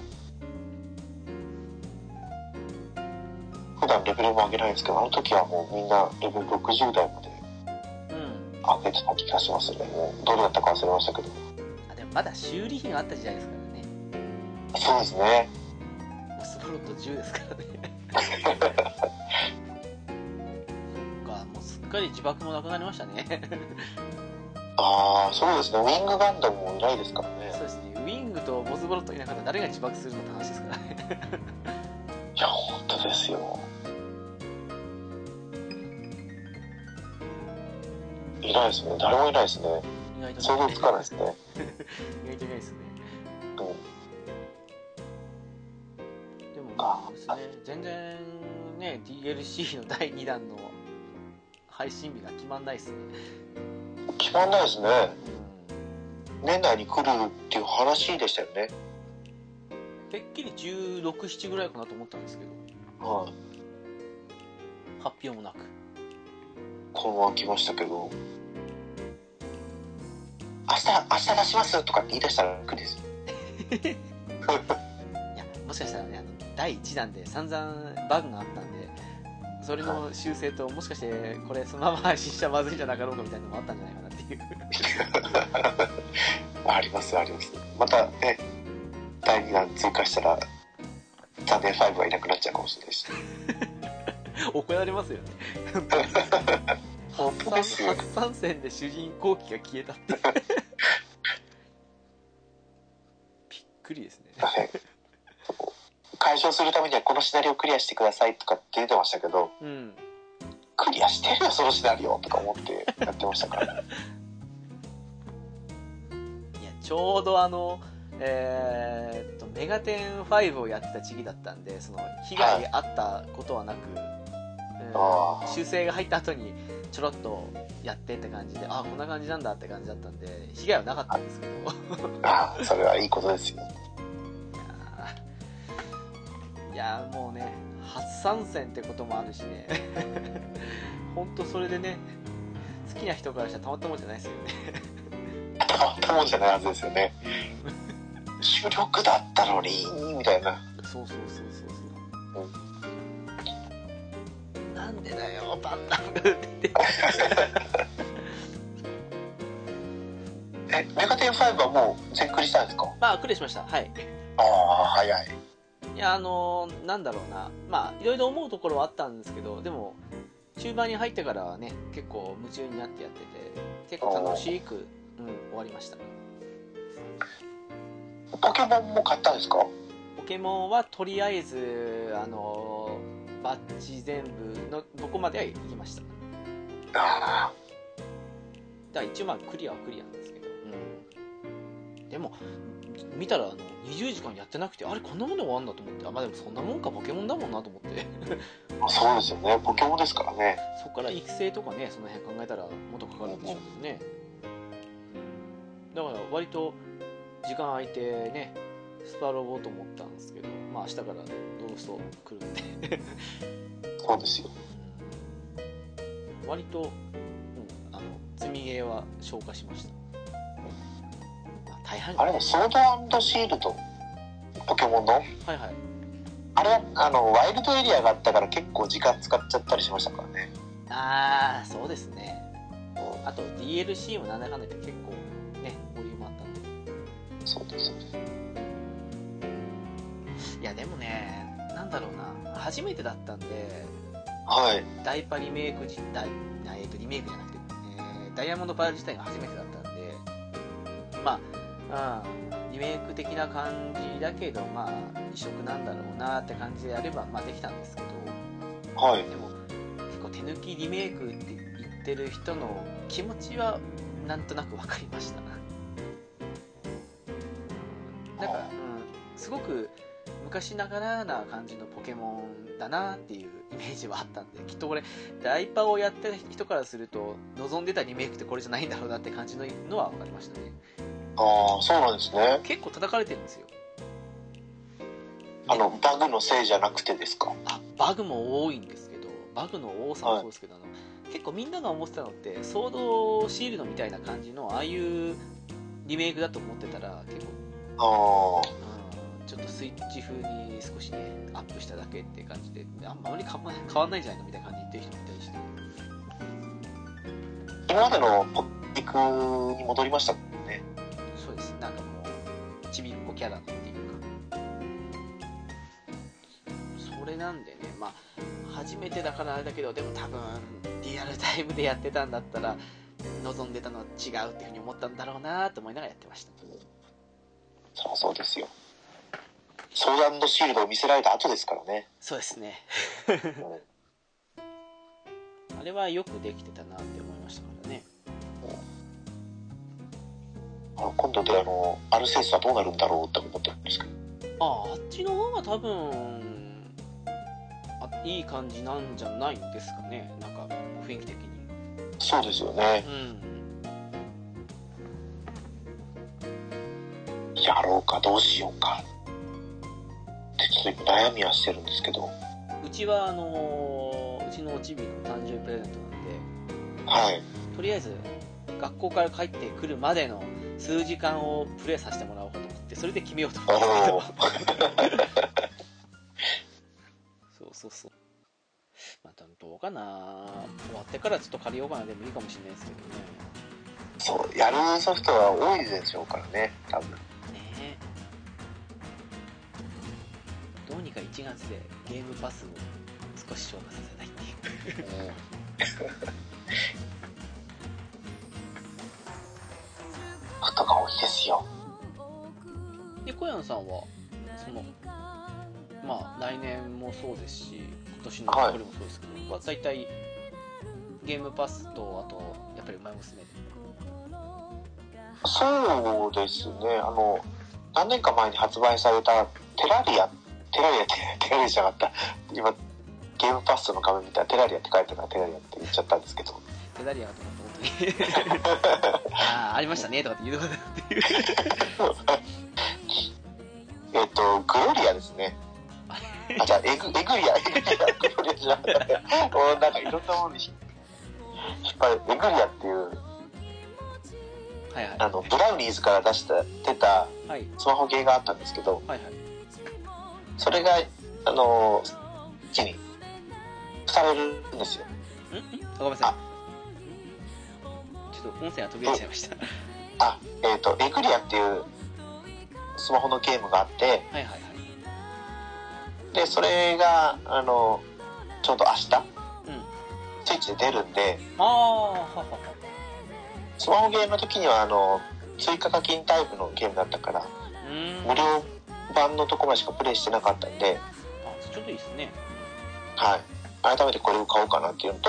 普段レベルも上げないんですけど、あの時はもうみんなレベル60台まで上げてた気がしますね。もうどれだったか忘れましたけど。 でもまだ修理費があった時代ですからね。 そうですね。 ボスブロット10ですからね。そっか、もうすっかり自爆もなくなりましたね。 ああ、そうですね。ウィングガンダムもいないですからね。 そうですね。ウィングとボスボロットいなかったら誰が自爆するのって話ですからね。 いや、本当ですよ。いないですね。誰もいないですね。 意外と想像つかないですね。 意外といないですね。 うん。 でもまあですね、全然ね、DLC の第2弾の配信日が決まんないですね。 決まんないですね。 うん。 年内に来るっていう話でしたよね。 てっきり16、7ぐらいかなと思ったんですけど、 はい。 発表もなく。 このまま来ましたけど。明日出しますとかって言い出したら楽です。 いや、もしかしたらね、第1弾で散々バグがあったんで、それの修正と、もしかしてこれそのまま配信しちゃまずいんじゃなかろうかみたいなのもあったんじゃないかなっていう。 ありますあります。またね、第2弾追加したらサンデー5はいなくなっちゃうかもしれないし。 怒られますよね。 本当ですよ。 初参戦で主人公機が消えたってびっくりですね。 解消するためにはこのシナリオをクリアしてくださいとかって出てましたけど、 うん、 クリアしてるよそのシナリオとか思ってやってましたから、ね、 いやちょうどメガテン5をやってた時期だったんで、その被害があったことはなく、修正が入った後にちょろっとやってって感じで、あ、こんな感じなんだって感じだったんで、被害はなかったんですけど。 ああ、それはいいことですよ。 いやもうね、初参戦ってこともあるしね。ほんとそれでね、好きな人からしたらたまったもんじゃないですよね。 たまったもんじゃないはずですよね。主力だったのにみたいな。 そうそうそうそうそう、うん、なんでだよバンダムって言ってメガテン5はもう全クリしたんですか？ まあクリアしました。はい。 ああ、早い。 いやなんだろうな、まあいろいろ思うところはあったんですけど、でも中盤に入ってからはね、結構夢中になってやってて、結構楽しく、うん、終わりました。 ポケモンも買ったんですか？ ポケモンはとりあえずバッジ全部のどこまでは行きました。 ああ。 だから一応まあクリアはクリアなんですけど、うん、でも見たら20時間やってなくて、あれこんなもの終わんだと思って、あ、まあでもそんなもんか、ポケモンだもんなと思ってそうですよね、ポケモンですからね。 そこから育成とかね、その辺考えたらもっとかかるんでしょうけどね、だから割と時間空いてね、スパロボと思ったんですけど、まあ明日からどうスト来るんでそうですよ、 割と、うん、積みゲーは消化しました。大半あれソード&シールドポケモンの、 はいはい、 あれはワイルドエリアがあったから結構時間使っちゃったりしましたからね。 ああそうですね、あと DLC もなんだかんだ言って結構ねボリュームあったんで。 そうですね。 いやでもね、なんだろうな、初めてだったんで、 はい、 ダイパリメイク自体、リメイクじゃなくて、ダイヤモンドパール自体が初めてだったんで、まあ、リメイク的な感じだけど、まあ異色なんだろうなって感じでやれば、まあできたんですけど、 はい、 でも結構手抜きリメイクって言ってる人の気持ちはなんとなく分かりました。なんか、すごく昔ながらな感じのポケモンだなっていうイメージはあったんで、きっとこれダイパをやってた人からすると望んでたリメイクってこれじゃないんだろうなって感じののは分かりましたね。 ああ、そうなんですね。 結構叩かれてるんですよ。 バグのせいじゃなくてですか？ バグも多いんですけど、バグの多さもそうですけど、結構みんなが思ってたのってソードシールドみたいな感じのああいうリメイクだと思ってたら、結構ちょっとスイッチ風に少しねアップしただけって感じで、あんまり変わんないんじゃないのみたいな感じで言ってる人もいたりして、 今までのポックに戻りましたもんね。 そうです、なんかもうちびっこキャラっていうか、それなんでね、まあ初めてだからあれだけど、でも多分リアルタイムでやってたんだったら望んでたのは違うっていうふうに思ったんだろうなと思いながらやってました。 そうですよ。ソード&シールドを見せられた後ですからね。 そうですね。あれはよくできてたなって思いましたからね。 今度でアルセウスはどうなるんだろうって思ってるんですけど。 あっちの方が多分いい感じなんじゃないですかね。なんか雰囲気的に。 そうですよね。やろうかどうしようかってちょっと悩みはしてるんですけど。 うちはうちのおちびの誕生日プレゼントなんで、 はい。 とりあえず学校から帰ってくるまでの数時間をプレイさせてもらおうかと思って、それで決めようと思ってそう、またどうかな、終わってからちょっと借りようかなでもいいかもしれないですけどね。 そうやるソフトは多いでしょうからね、多分ね。 どうにか1月でゲームパスを少し消化させたいっていうことが多いですよ。 で、小山さんはまあ来年もそうですし、今年のこれもそうですけど、大体ゲームパスとあとやっぱり馬娘で。 そうですね。何年か前に発売されたテラリアじゃなかった。今ゲームパスの画面見たらテラリアって書いてたからテラリアって言っちゃったんですけど。 テラリアだと思った本当にありましたねとかって言うのかなっていうグロリアですね。じゃあエグリアグロリアじゃなくてなんかいろんなものに引っ張るエグリアっていう、ブラウニーズから出たスマホゲーがあったんですけど、それが地にされるんですよ。 ごめんなさい、ちょっと音声が途切れちゃいましたエグリアっていうスマホのゲームがあって、でそれがちょうど明日、スイッチで出るんで、スマホゲーの時には追加課金タイプのゲームだったから無料版のとこまでしかプレイしてなかったんで、 ちょっといいですね。 はい、改めてこれを買おうかなっていうの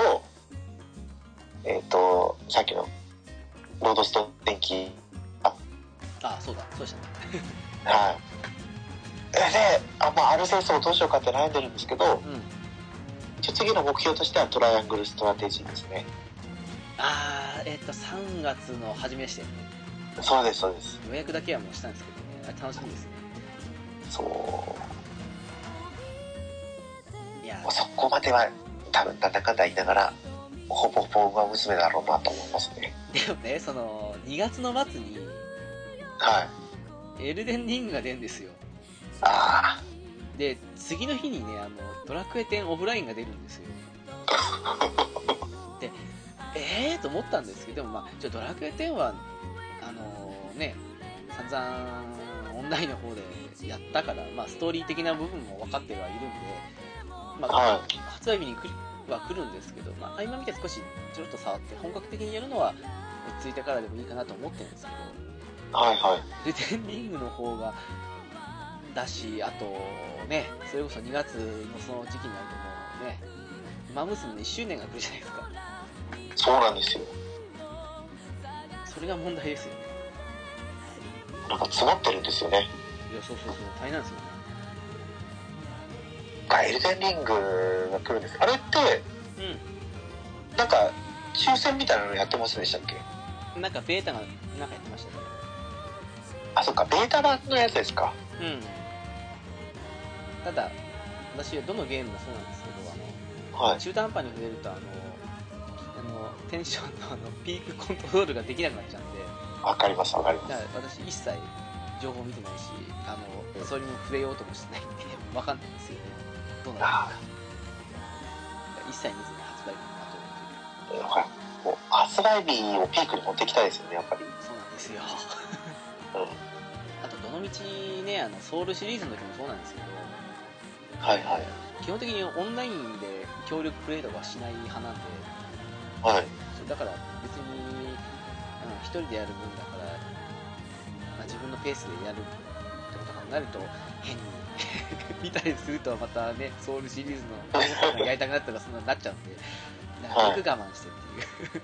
と、さっきのロードスト電気そうでしたねはいで、アルセウスをどうしようかって悩んでるんですけど、一応次の目標としてはトライアングルストラテジーですね。 3月の初めでしたよね。 そうです予約だけはもうしたんですけどね、楽しみですね。いやそこまでは多分なんだかんだ言いながらほぼほぼ馬娘だろうなと思いますね。 でもね、2月の末にエルデンリングが出るんですよ。で次の日にねドラクエ10オフラインが出るんですよでと思ったんですけど、ドラクエ10は散々オンラインの方でやったから、ストーリー的な部分も分かってはいるんで、発売日には来るんですけど、合間見て少しちょろっと触って本格的にやるのは落ち着いてからでもいいかなと思ってるんですけど、エルデンリングの方がだし、あとね、それこそ2月のその時期になるともうね、馬娘の1周年が来るじゃないですか。 そうなんですよ。 それが問題ですよね。 なんか詰まってるんですよね。 いや、そう大変なんですよね。 エルデンリングが来るんです。あれって、なんか抽選みたいなのやってませんでしたっけ？ なんかベータがなんかやってましたね。 そっか、ベータ版のやつですか。 ただ私はどのゲームもそうなんですけど、中途半端に触れるとテンションのピークコントロールができなくなっちゃうんで。 わかります。だから私一切情報見てないし、それにも触れようともしてないんでわかんないんですよね。どうなるか一切見ずに発売日にまとめてもう発売日をピークに持ってきたいですよね、やっぱり。 そうなんですよあとどのみちね、ソウルシリーズの時もそうなんですけど、基本的にオンラインで協力プレイとかはしない派なんで、だから別に一人でやる分だから、まあ、自分のペースでやるってこと考えると変に見たりするとまたね、ソウルシリーズのやりたくなったらそんなになっちゃうんで、なるべく我慢してっていう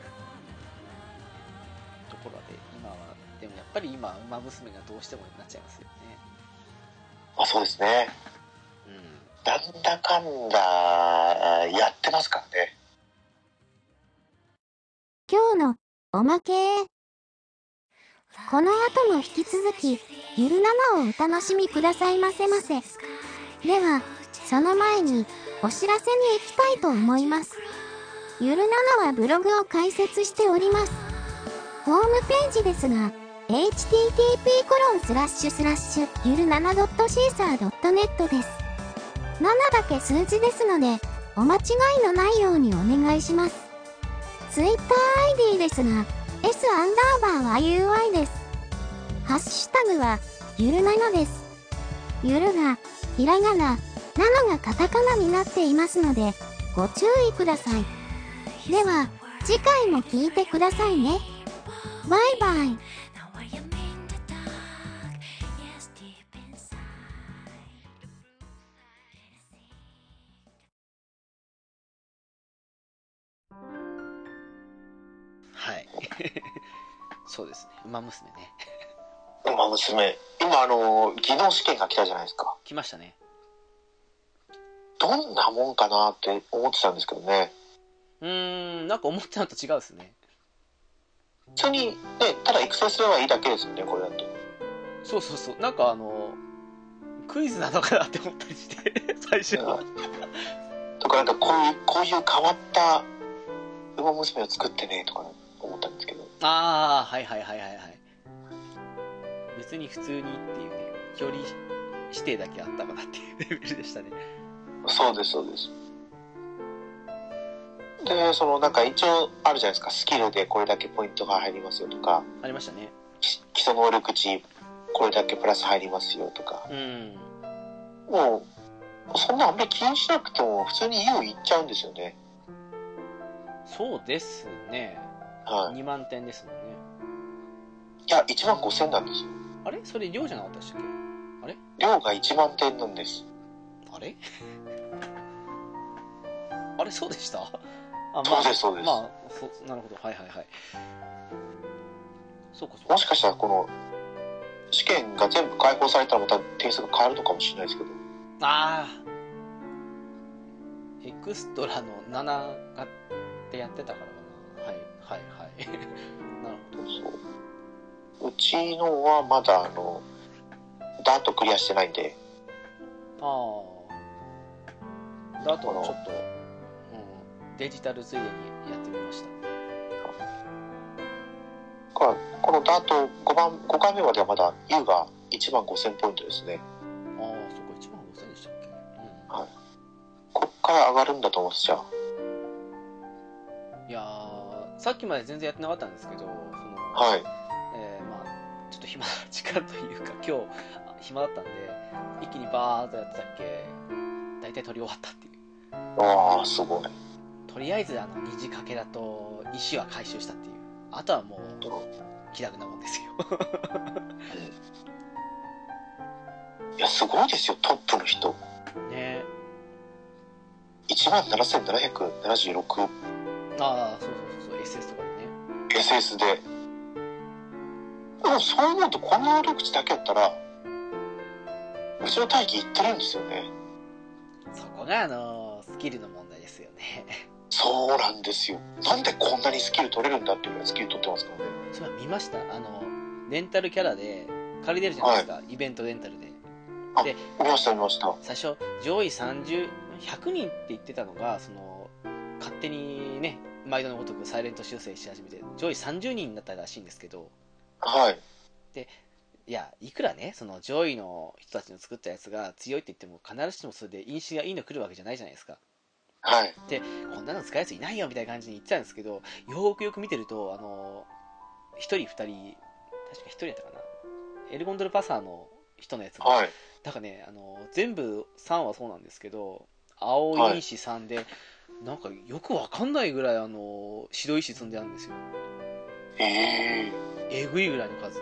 ところで、今はでもやっぱり今ウマ娘がどうしてもなっちゃいますよね。 あ、そうですね。うん。なんだかんだやってますからね。 今日のおまけ。この後も引き続き、ゆる7をお楽しみくださいませませ。では、その前に、お知らせに行きたいと思います。ゆる7はブログを開設しております。ホームページですが、http:// ゆる 7.caesar.net です。7だけ数字ですので、お間違いのないようにお願いします。Twitter ID ですが、s__yui です。ハッシュタグは、ゆる7です。ゆるが、ひらがな、7がカタカナになっていますので、ご注意ください。では、次回も聞いてくださいね。バイバイ。 はい。そうですね。ウマ娘ね。 ウマ娘。今技能試験が来たじゃないですか。 来ましたね。 どんなもんかなって思ってたんですけどね。 なんか思ったのと違うですね。 普通にね、ただ育成すればいいだけですよね、これだと。 そうそうそう。なんかクイズなのかなって思ったりして、最初。 とかなんかこういう変わったウマ娘を作ってね、とか思ったんですけど。 ああ、はいはいはいはいはい。別に普通にっていうね、表裏指定だけあったかなっていうレベルでしたね。 そうです、そうです。で、なんか一応あるじゃないですか、スキルでこれだけポイントが入りますよとか。 ありましたね。 基礎能力値、これだけプラス入りますよとか。 うん。 もう、そんなあんまり気にしなくても普通に U いっちゃうんですよね。 そうですね。はい。2万点ですもんね。 いや、1万5000なんですよ。 あれそれ量じゃなかったでしたっけ？あれ量が1万点なんです。 あれあれそうでした？ そうです、そうです。 まあ、なるほど。はいはいはい。そうかそうか。 もしかしたらこの、試験が全部開放されたらまた点数が変わるのかもしれないですけど。 ああ。エクストラの7がってやってたからかな。はいはいはい。なるほど。 そう。うちのはまだダートクリアしてないんで。 ああ。ダートはちょっと、デジタルついでにやってみました。 このダート5回目まではまだ U が1万5000ポイントですね。 ああ、そこ1万5000でしたっけ？ はい。こっから上がるんだと思ってた。 いやー、さっきまで全然やってなかったんですけど、 はい。 まあ、ちょっと暇な時間というか、今日暇だったんで、一気にバーっとやってたっけ、大体取り終わったっていう。 ああ、すごい。 とりあえず虹掛けだと石は回収したっていう。あとはもう気楽なもんですよ。 いや、すごいですよ、トップの人。 ね。 17,776。 ああ、そうそうそう、SS とかでね。 SS で。でもそう思うと、この能力値だけやったら、うちの大気いってるんですよね。 そこがスキルの問題ですよね。 そうなんですよ。なんでこんなにスキル取れるんだっていうぐらいスキル取ってますからね。 それは見ました。レンタルキャラで借りれるじゃないですか、はい、イベントレンタルで。 で、見ました見ました。 最初上位100人って言ってたのが、勝手にね、毎度のごとくサイレント修正し始めて上位30人になったらしいんですけど。 はい。 で、いや、いくらね、その上位の人たちの作ったやつが強いって言っても、必ずしもそれで因子がいいの来るわけじゃないじゃないですか。 はい。 で、こんなの使うやついないよみたいな感じに言ってたんですけど、よくよく見てると、1人2人、確か1人やったかな、エルゴンドルパサーの人のやつが、はい、なんかね、全部3はそうなんですけど、青因子3で、はい、なんかよくわかんないぐらい白石積んであるんですよ。 えぐいぐらいの数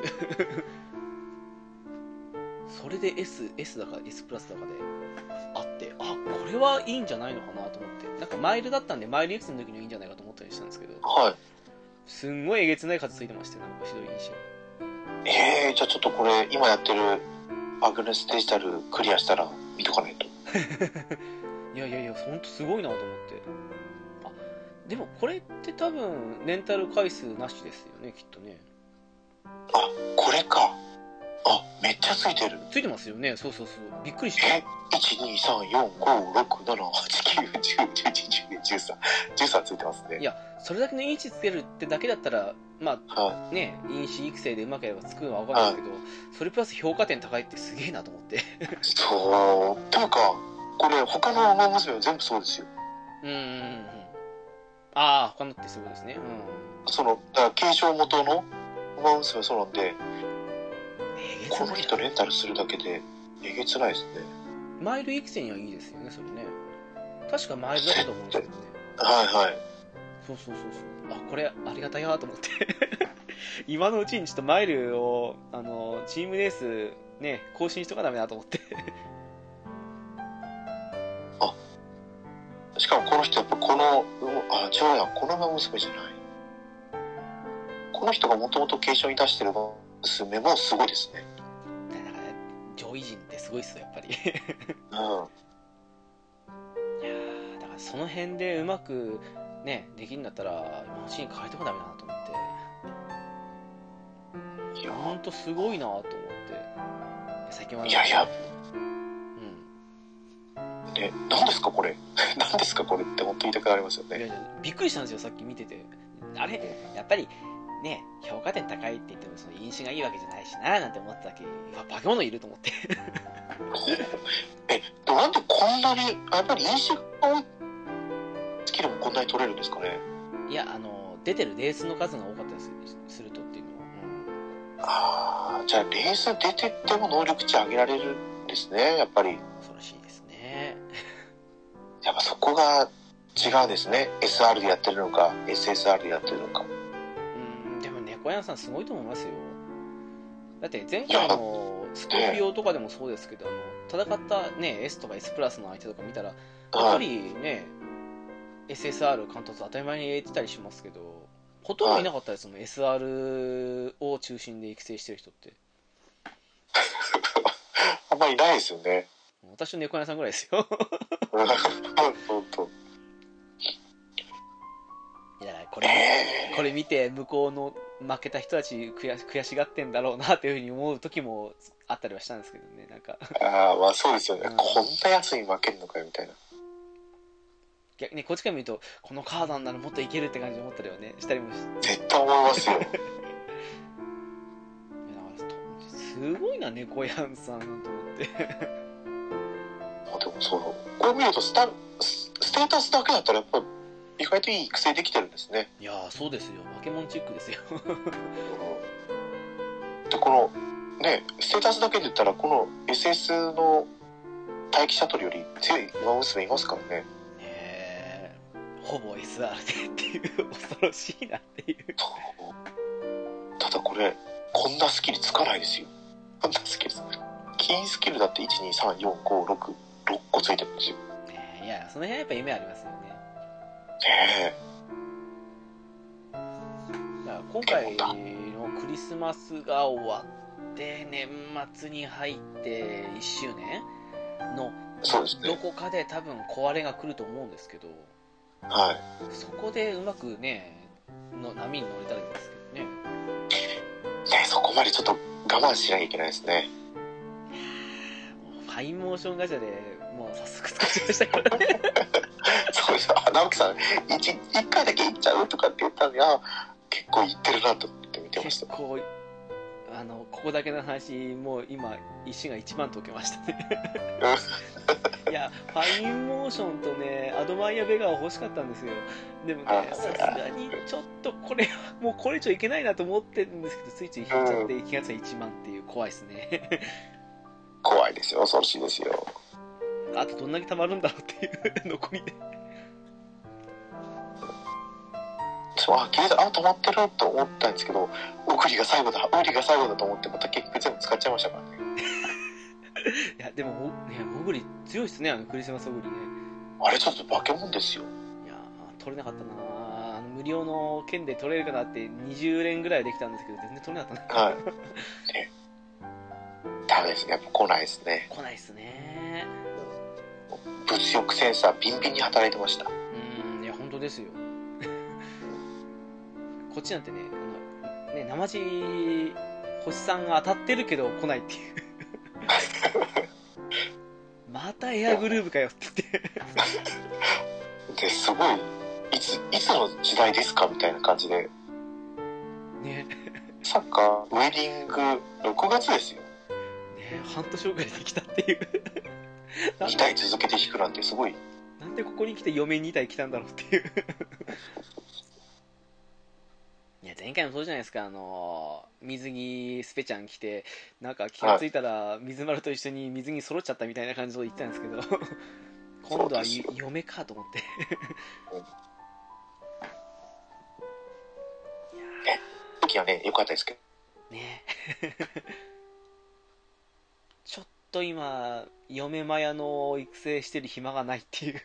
それで S だか S プラスだかであって、あ、これはいいんじゃないのかなと思って、なんかマイルだったんでマイル X の時にいいんじゃないかと思ったりしたんですけど、 はい。 すんごいえげつない数ついてまして、なんかひどい印象。 じゃあちょっとこれ今やってるアグネスデジタルクリアしたら見とかないといやほんとすごいなと思って。あ、でもこれって多分レンタル回数なしですよね、きっとね。 あ、これか。あ、めっちゃついてる。 ついてますよね。そうびっくりした。 1234567891011121313ついてますね。 いや、それだけの因子つけるってだけだったら、まあ、 はい、 ね、因子育成でうまければつくのは分かるんですけど、それプラス評価点高いってすげえなと思ってそうというかこれ他の馬娘は全部そうですよ。 ああ、他のってそうですね。 そのだから継承元の馬娘はそうなんで、この人レンタルするだけでえげつないですね。 マイル育成にはいいですよね、それね。確かマイルだったと思うんですけどね。 はい。 そう。あ、これありがたいなと思って今のうちにちょっとマイルをチームレースね更新しとかダメだと思ってあ、しかもこの人やっぱこの違うやん、この馬娘じゃない。この人がもともと継承に出してる馬娘もすごいですね。 だからね、上位陣ってすごいっすよやっぱりいやだからその辺でうまくねできるんだったら今のうちに変えてもダメだなと思って、いやほんとすごいなと思って、最近はね、何ですかこれ何ですかこれって本当に言いたくなりますよね。 びっくりしたんですよ、さっき見てて。あれやっぱりね、評価点高いって言ってもその因子がいいわけじゃないしななんて思っただけ、化け物いると思ってなんでこんなにやっぱり因子が多いスキルもこんなに取れるんですかね。 いや出てるレースの数が多かったりするとっていうのは、 じゃあレース出てっても能力値上げられるんですね、やっぱり。 恐ろしいですねやっぱそこが違うんですね。 SR でやってるのか SSR でやってるのか。 でも猫屋さんすごいと思いますよ。だって前回のスコーピオとかでもそうですけど、戦ったね S とか S プラスの相手とか見たらやっぱりね、SSR 関東当たり前に入れてたりしますけど、ほとんどいなかったですもん、SR を中心で育成してる人ってあんまりいないですよね。 私の猫屋さんぐらいですよ本当。 いやこれ見て向こうの負けた人たち悔しがってんだろうなというふうに思う時もあったりはしたんですけどね、なんかまあそうですよね、こんなやつに負けるのかよみたいな。 逆にこっちから見るとこのカードならもっといけるって感じで思ったりはねしたりも絶対思いますよすごいな猫やんさんと思ってでもそうこれ見るとステータスだけだったらやっぱり意外といい育成できてるんですね。 いやそうですよ、バケモンチックですよでこのねステータスだけで言ったらこの SS の待機シャトルより強い馬娘いますからね。 ほぼ SR でっていう恐ろしいなっていう。 ただこれこんなスキルつかないですよ。こんなスキルキースキルだって1234566個ついてるんですよ。 いやその辺はやっぱ夢ありますよね。だから今回のクリスマスが終わって年末に入って1周年のそうですね、 どこかで多分壊れが来ると思うんですけど、 はい、 そこでうまくねの波に乗れたらいいですけどね。 そこまでちょっと我慢しなきゃいけないですね。 ファインモーションガチャでもう早速使っちゃいましたからねそうです。直樹さん 1回だけ行っちゃうとかって言ったのに結構行ってるなと思って見てました。 結構ここだけの話もう今石が1万解けましたねいやファインモーションとねアドマイヤベガー欲しかったんですよ。でもねさすがにちょっとこれもうこれ以上いけないなと思ってるんですけど、ついつい引いちゃって気がついたら1万っていう怖いですね怖いですよ、恐ろしいですよ。 あとどんだけ溜まるんだろうっていう残りで切れた、止まってると思ったんですけど、オグリが最後だと思って、また結局全部使っちゃいましたからね。 いや、でも、オグリ強いっすね、クリスマスオグリね。 あれちょっと化け物ですよ。 いや取れなかったな。無料の券で取れるかなって20連ぐらいできたんですけど、全然取れなかったな。はい。 ダメですね、やっぱ来ないですね。 来ないっすね。 物欲センサービンビンに働いてました。 いや、本当ですよ。こっちなんてね、生地星さんが当たってるけど来ないっていうまたエアグルーヴかよって言ってですごいいつの時代ですかみたいな感じでね。 サッカーウェディング6月ですよね。半年遅れできたっていう 2体続けて弾くなんてすごい。 なんでここに来て嫁2体来たんだろうっていういや、前回もそうじゃないですか。水着スペちゃん来て、なんか気がついたら水丸と一緒に水着揃っちゃったみたいな感じで言ってたんですけど今度は嫁かと思って時はね、良かったですけどねちょっと今嫁マヤの育成してる暇がないっていう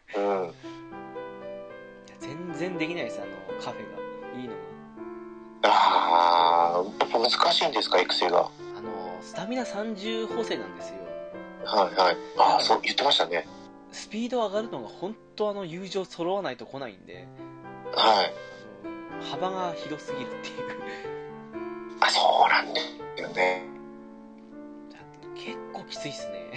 全然できないです。カフェがいいのが。 やっぱ難しいんですか、育成が。 スタミナ30補正なんですよ。 はいはい。そう言ってましたね。 スピード上がるのが本当友情揃わないと来ないんで、 はい。 幅が広すぎるっていうそうなんですよね。 結構きついっすね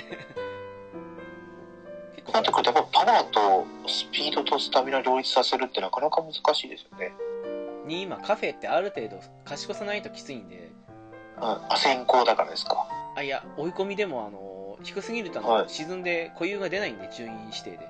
なんてくるとやっぱパワーとスピードとスタミナ両立させるってなかなか難しいですよね。 今カフェってある程度賢さないときついんで。 先行だからですか。 いや、追い込みでも低すぎると沈んで固有が出ないんで、順位指定で。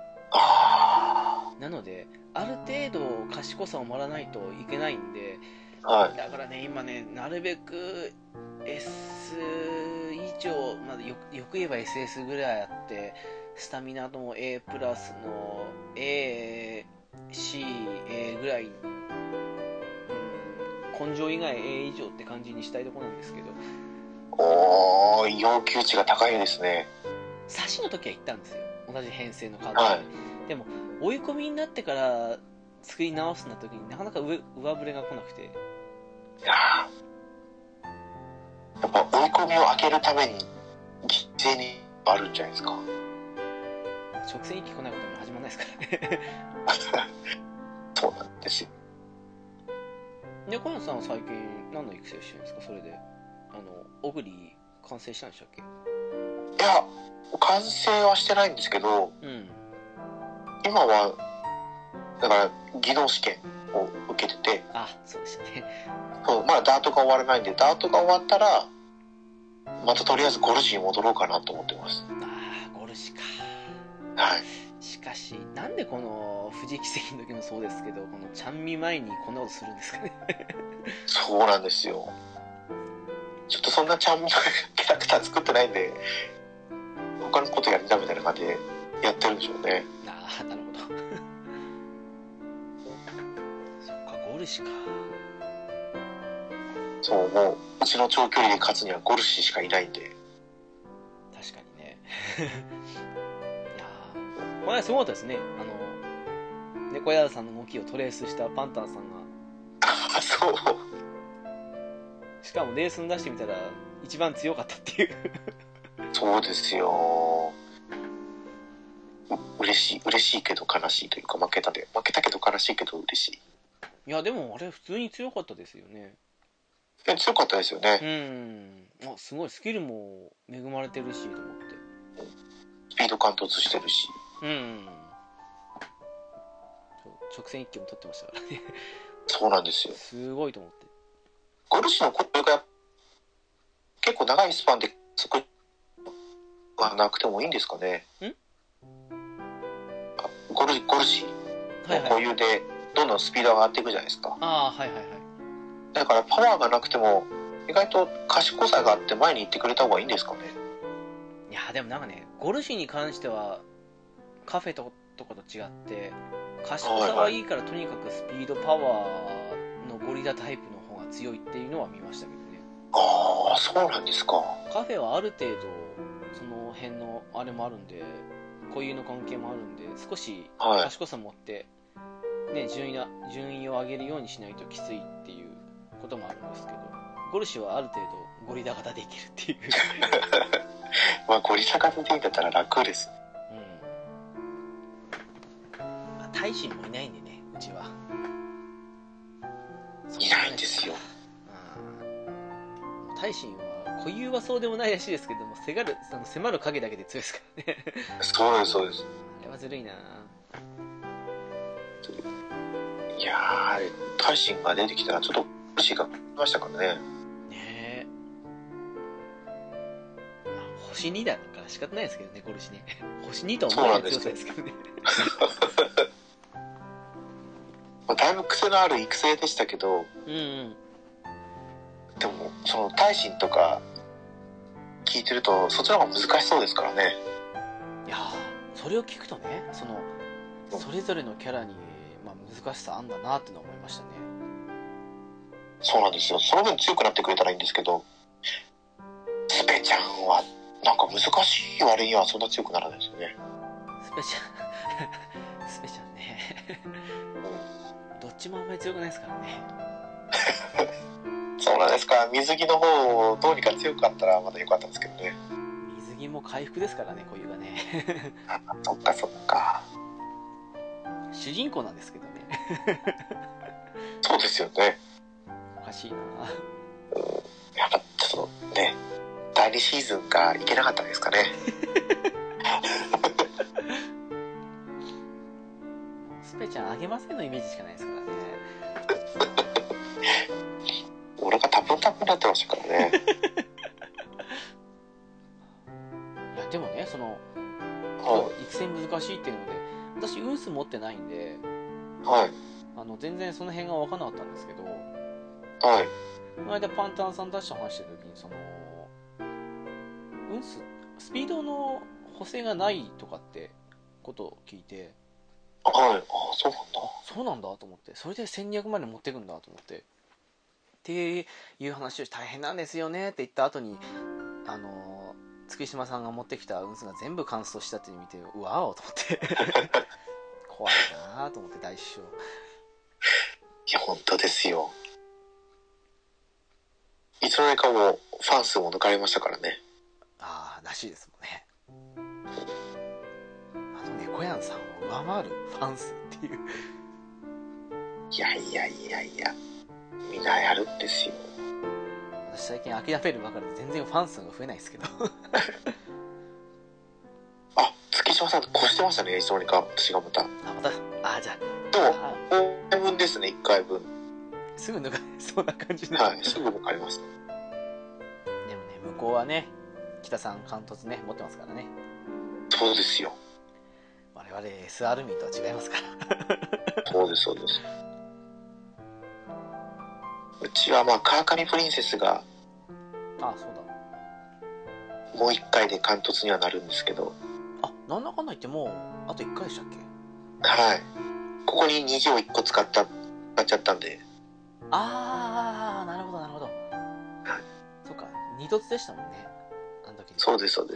なのである程度賢さを盛らないといけないんで、だからね今ね、なるべく S 以上、よく言えば SS ぐらいあって、スタミナも A プラスの A、C、A ぐらい、根性以外 A 以上って感じにしたいとこなんですけど。 要求値が高いですね。 差しの時は行ったんですよ、同じ編成のカードで、でも追い込みになってから作り直すんだ時になかなか上振れが来なくて。 やっぱ追い込みを開けるために犠牲にあるんじゃないですか。 直線一気来ないことに始まらないですからねそうなんですよ。 で、小山さんは最近何の育成してるんですか？それでオグリ完成したんでしたっけ？ いや、完成はしてないんですけど、今はだから技能試験を受けてて。 そうでしたね。 まだダートが終わらないんで、ダートが終わったらまたとりあえずゴルシに戻ろうかなと思ってます。 ゴルシか。 はい。 しかしなんでこの富士奇跡の時もそうですけど、このちゃんみ前にこんなことするんですかねそうなんですよ。ちょっとそんなちゃんみのキャラクター作ってないんで、他のことやりたみたいな感じでやってるんでしょうね。 なるほどそっか、ゴルシか。 もううちの長距離で勝つにはゴルシしかいないんで。 確かにねこれすごかったですね。猫屋さんの動きをトレースしたパンタンさんがそう。 しかもレースに出してみたら一番強かったっていうそうですよ。嬉しいけど悲しいというか、負けたけど悲しいけど嬉しい。 いやでもあれ普通に強かったですよね。 強かったですよね。 すごいスキルも恵まれてるしと思って、 スピード貫突してるし、 直線一気も取ってましたからねそうなんですよ。 すごいと思って。 ゴルシのこれが結構長いスパンで速がなくてもいいんですかね。ゴルシの固有でどんどんスピードが上がっていくじゃないですか。だからパワーがなくても意外と賢さがあって前に行ってくれた方がいいんですかね。 いやでもなんかね、ゴルシに関してはカフェとっとかと違って賢さはいいから、とにかくスピードパワーのゴリラタイプの方が強いっていうのは見ましたけどね。 ああ、そうなんですか。 カフェはある程度その辺のあれもあるんで、固有の関係もあるんで、少し賢さ持って、ね、順位を上げるようにしないときついっていうこともあるんですけど、ゴルシュはある程度ゴリラ型でいけるっていうまあゴリラ型でいいんだったら楽です。 まあ、大臣もいないんでね、うちは。 いないんですよ。 大臣は固有はそうでもないらしいですけども、迫る影だけで強いですからね。 そうですそうです。 あれはずるいな。 いやー、大臣が出てきたらちょっと苦しいが来ましたからね。 ねえ。まあ、星2だから仕方ないですけどね、ゴルシね。星2とは思えない強さですけどね。 まあ、だいぶ癖のある育成でしたけど、 うんうん。 でもその大臣とか聞いてるとそっちの方が難しそうですからね。 いやそれを聞くとね、それぞれのキャラに、まあ、難しさあんだなっての思いましたね。 そうなんですよ。その分強くなってくれたらいいんですけど、スペちゃんはなんか難しい割にはそんな強くならないですよね。 スペちゃんね、どっちもあんまり強くないですからね。 そうなんですか。水着の方どうにか強かったらまだ良かったんですけどね。 水着も回復ですからね、固有がね。 そっかそっか。 主人公なんですけどね。 そうですよね。 おかしいな。 やっぱちょっとね、第2シーズンがいけなかったですかね。 スペちゃんあげませんのイメージしかないですからね。 俺がタプンタプンになってましたからね。 いやでもね、育成難しいっていうので、私ウース持ってないんで、 はい。 全然その辺が分からなかったんですけど、 はい。 この間パンタンさん出して話してる時に、スピードの補正がないとかってことを聞いて、 はい。あ、そうなんだ。 そうなんだと思って、それで1200まで持ってくんだと思って、っていう話をして大変なんですよねって言った後に、月島さんが持ってきた運数が全部カンストしたっていうのを見て、うわおと思って怖いなと思って、大師匠。 いや、本当ですよ。いつの間にかもうファン数も抜かれましたからね。 ああ、らしいですもんね。猫やんさんを上回るファン数っていう。 いやいやいやいや、みんなやるんですよ。 私最近諦めるばかりで全然ファン数が増えないですけど。 あ、月島さん越してましたね、いつの間にか。私がまた。 じゃあ。そう、1回分ですね、1回分。 すぐ抜かれそうな感じで。 はい、すぐ抜かれます。 でもね、向こうはね、北さん貫突ね、持ってますからね。 そうですよ。 我々 S アルミーとは違いますから。 そうです、そうです。うちはまあ、川上プリンセスが、 あ、そうだ。もう1回で貫突にはなるんですけど。 あ、なんだかんだ言ってもう、あと1回でしたっけ？ はい。ここに虹を1個使っちゃったんで。 あー、なるほどなるほど。はい。そっか、二突でしたもんね、あの時。 そうですそうです。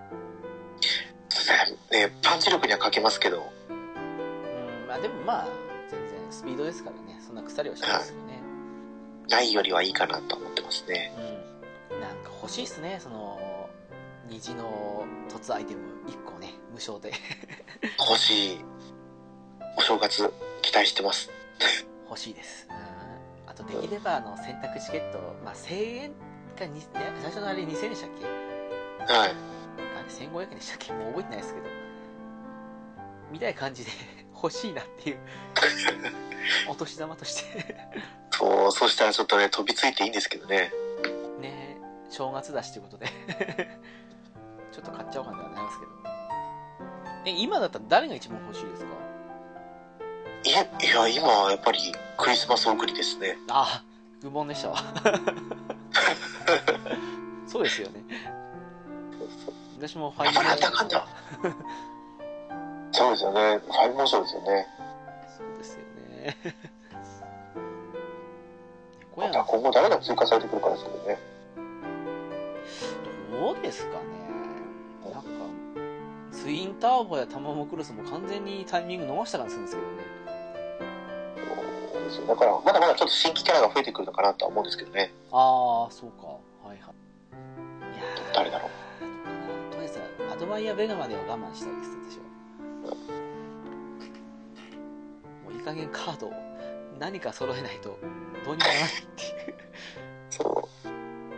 ね、パンチ力には欠けますけど。 まあでもまあ全然スピードですからね、そんな腐りはしないですよね。 ないよりはいいかなと思ってますね。 なんか欲しいっすね、虹の突アイテム1個ね、無償で。 欲しい。お正月期待してます。 欲しいです。あとできれば選択チケット、まあ1000円か最初のあれ2000円でしたっけ？ はい。 あれ1500円でしたっけ？もう覚えてないですけど、みたいな感じで欲しいなっていうお年玉としてそうしたらちょっとね、飛びついていいんですけどね。 ね、正月だしってことでちょっと買っちゃおうかなと思いますけど。今だったら誰が一番欲しいですか？ いや、今はやっぱりクリスマス送りですね。 あ、愚問でしたわそうですよね。私もファイナルなんだかんだそうですよね。5もそうですよね。 そうですよね。 また今後誰が追加されてくるかですけどね。 どうですかね。なんか、ツインターボやタマモクロスも完全にタイミング逃した感じするんですけどね。 そうですよ。だから、まだまだちょっと新規キャラが増えてくるのかなとは思うんですけどね。 ああ、そうか。はいはい。いや誰だろう。 とりあえず、アドバイアベガまでは我慢したいです、私は。もういい加減カードを何か揃えないとどうにもならないっていう。 そう。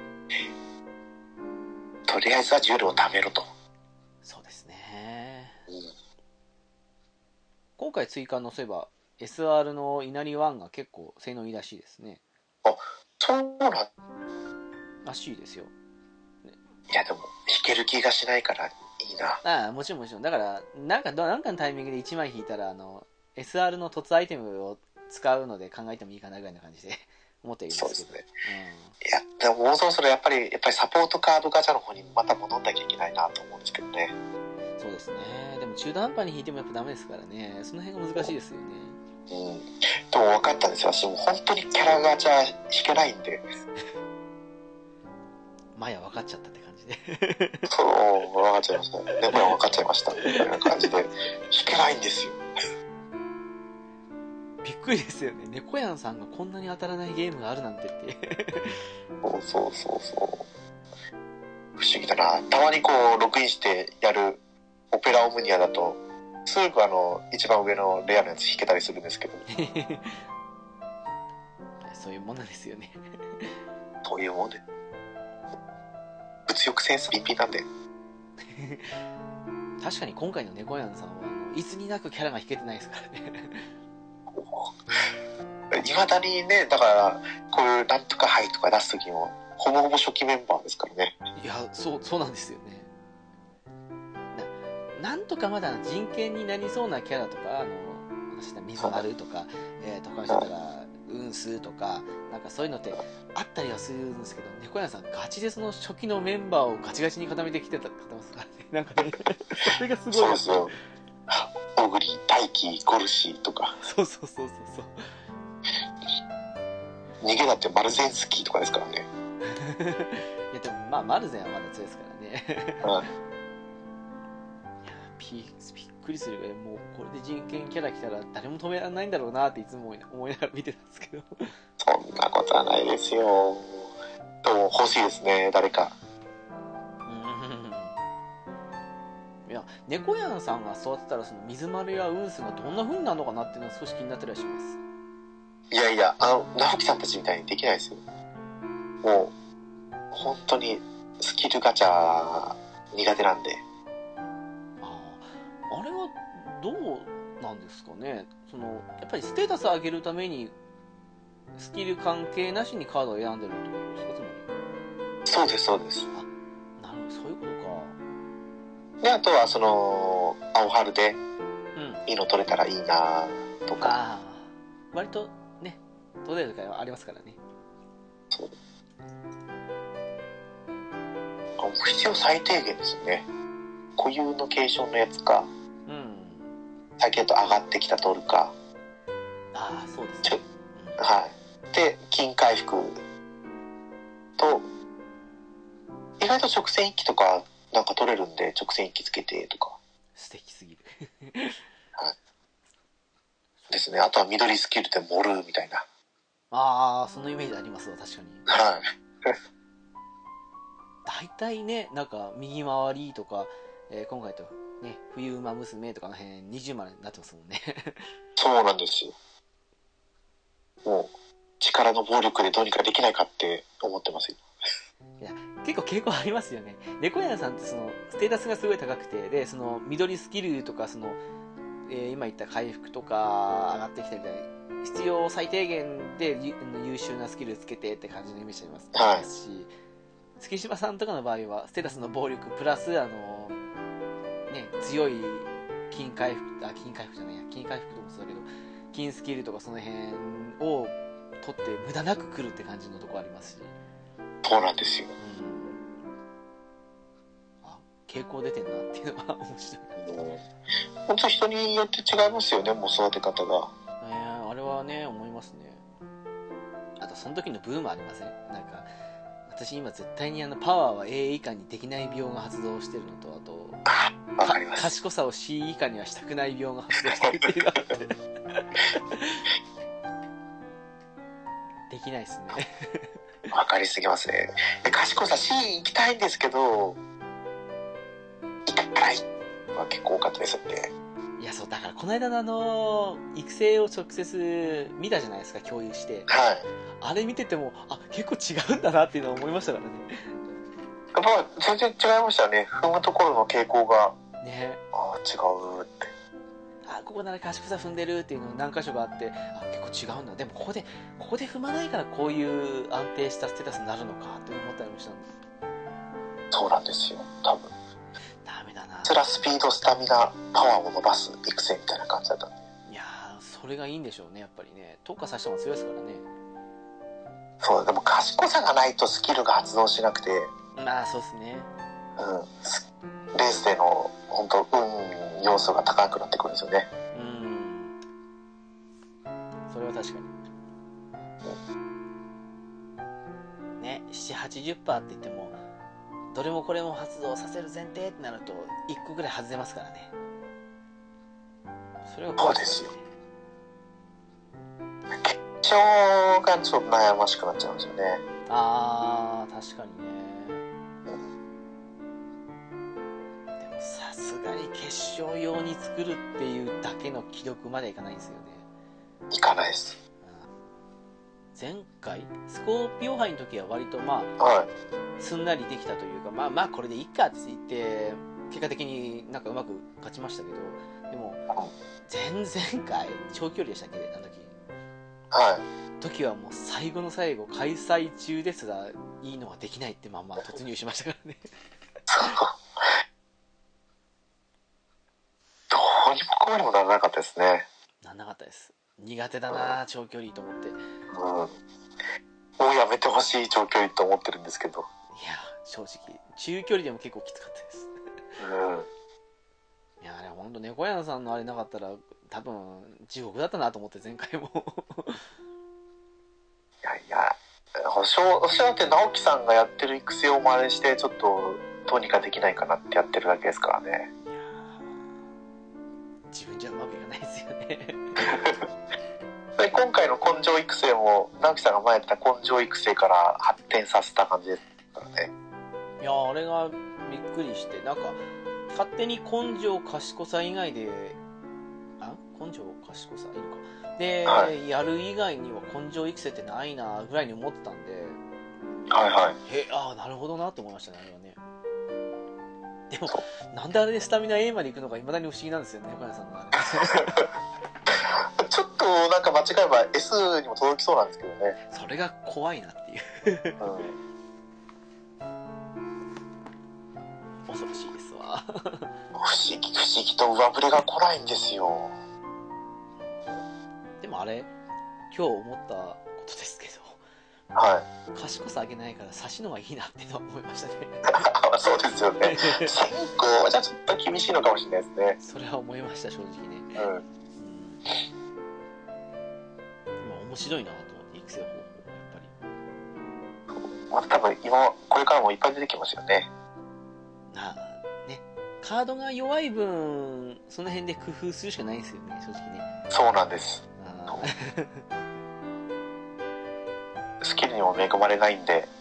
とりあえずはジュールを貯めろと。 そうですね。 うん、 今回追加のそういえば SR の稲荷1が結構性能いいらしいですね。 あ、そうなんらしいですよ。 ね、いやでも弾ける気がしないからいいな。 ああ、もちろんもちろん。だからなんかのタイミングで1枚引いたらSR の凸アイテムを使うので考えてもいいかなぐらいな感じで思っているんですけど。 そうですね。いやでももうそろそろやっぱりサポートカードガチャの方にまた戻んなきゃいけないなと思うんですけどね。 そうですね。でも中途半端に引いてもやっぱダメですからね。その辺が難しいですよね。 うん。でも分かったんですよ。私も本当にキャラガチャ引けないんで。 マヤ分かっちゃったって感じで。 そう、分かっちゃいましたね。でも分かっちゃいましたみたいな感じで引けないんですよ。 びっくりですよね。猫やんさんがこんなに当たらないゲームがあるなんてって。 そう。不思議だな。たまにこうログインしてやるオペラオムニアだとすぐ一番上のレアのやつ引けたりするんですけど。 そういうもんなんですよね。 そういうもんで。物欲センスピンピンなんで。 確かに今回の猫やんさんはいつになくキャラが引けてないですからね。 いまだにね、だからこういうなんとか杯とか出す時もほぼほぼ初期メンバーですからね。 いや、そうなんですよね。なんとかまだ人権になりそうなキャラとか、私だ水丸とか、他の人だったら運数とか、なんかそういうのってあったりはするんですけど、猫屋さんガチでその初期のメンバーをガチガチに固めてきてた方ますからね。なんかね、それがすごい。 そうですよ。小栗、大輝、ゴルシーとか。 そう。 逃げだってマルゼンスキーとかですからね。 いやでもまあマルゼンはまだ強いですからね。びっくりするぐらい、もうこれで人権キャラ来たら誰も止められないんだろうなっていつも思いながら見てたんですけど。 そんなことはないですよ。でも欲しいですね、誰か。 いや、猫やんさんが育てたらその水丸やウンスがどんな風になるのかなっていうのは少し気になったりはします。 いや、直樹さんたちみたいにできないですよ。もう、本当にスキルガチャ苦手なんで。 あれはどうなんですかね。やっぱりステータス上げるためにスキル関係なしにカードを選んでるってことですか、つまり。そうです。 あ、なるほど、そういうことか。 で、あとは青春でいいの取れたらいいなとか。 割とね、取れるからありますからね。 そう。必要最低限ですよね。固有ロケーションのやつか。最近だと上がってきた取るか。 そうですね。 はい。で、金回復と、意外と直線一気とかなんか取れるんで、直線一気つけてとか。 素敵すぎる。 はい。ですね。あとは緑スキルで盛るみたいな。 そのイメージありますわ、確かに。 はい。 大体ね、なんか右回りとか、今回とね、冬馬娘とかの辺20までになってますもんね。 そうなんですよ。もう力の暴力でどうにかできないかって思ってますよ。 いや、結構傾向ありますよね。猫屋さんってステータスがすごい高くて、で、緑スキルとか今言った回復とか上がってきたみたいな、必要最低限で優秀なスキルつけてって感じのイメージありますし、 はい、 月島さんとかの場合はステータスの暴力プラス強い金回復じゃないや、金回復ともそうだけど金スキルとかその辺を取って無駄なく来るって感じのとこありますし。 そうなんですよ。 傾向出てんなっていうのは面白い。 本当人によって違いますよね、もう育て方が。 あれはね、思いますね。あとその時のブームありません？なんか私今絶対にパワーは A 以下にできない病が発動してるのと、あとわかります。 賢さを C 以下にはしたくない病が発動してるっていうのがあってできないですね。 わかりすぎますね。で、賢さ C 行きたいんですけど、行かないは結構多かったですよね。 いや、そう、だからこの間の育成を直接見たじゃないですか、共有して。 はい。 あれ見てても、結構違うんだなっていうのを思いましたからね。 やっぱ全然違いましたね。踏むところの傾向が。 ね。 違うって。 ここなら賢さ踏んでるっていうの何箇所があって、結構違うんだ。でもここで踏まないからこういう安定したステータスになるのかって思ったりもしたんで。 そうなんですよ、多分。 ダメだな。 それはスピード、スタミナ、パワーを伸ばす育成みたいな感じだったんで。 いやー、それがいいんでしょうね、やっぱりね。特化させた方が強いですからね。 そう、でも賢さがないとスキルが発動しなくて。 そうですね。 レースでの本当運要素が高くなってくるんですよね。 それは確かに。ね、7、80% って言っても、どれもこれも発動させる前提ってなると、1個ぐらい外れますからね。それはそうですよ。決勝がちょっと悩ましくなっちゃうんですよね。 確かにね。さすがに決勝用に作るっていうだけの記録までいかないんですよね。 いかないです。 前回スコーピオ杯の時は割とすんなりできたというか、これでいいかって言って結果的になんかうまく勝ちましたけど、でも前々回長距離でしたっけ、あの時。時はもう最後の最後開催中ですらいいのができないって突入しましたからね。 どうにもこうにもならなかったですね。 ならなかったです。苦手だな、長距離と思って。 もうやめてほしい長距離と思ってるんですけど。 いや、正直中距離でも結構きつかったです。いや、あれほんと猫屋さんのあれなかったら多分地獄だったなと思って、前回も。 いやおっしゃって直樹さんがやってる育成を真似してちょっとどうにかできないかなってやってるだけですからね。 いや、自分じゃうまくいかないですよね。 で今回の根性育成も直樹さんが前やってた根性育成から発展させた感じですからね。 いや、あれがびっくりして、なんか勝手に根性賢さ以外で根性賢さいいのかで、やる以外には根性育成ってないなぐらいに思ってたんで、なるほどなって思いましたね、あれはね。でもなんであれでスタミナ A まで行くのか未だに不思議なんですよね、横山さんのあれ。 ちょっとなんか間違えば S にも届きそうなんですけどね。 それが怖いなっていう、恐ろしいですわ。 不思議と上振れが来ないんですよ。 でもあれ今日思ったことですけど、賢さ上げないから差しのがいいなってのは思いましたね。 そうですよね。先行はじゃあちょっと厳しいのかもしれないですね。 それは思いました、正直ね。面白いなと思って、育成方法やっぱり多分これからもいっぱい出てきますよね。 カードが弱い分その辺で工夫するしかないんですよね、正直ね。 そうなんです。スキルにも恵まれないんで。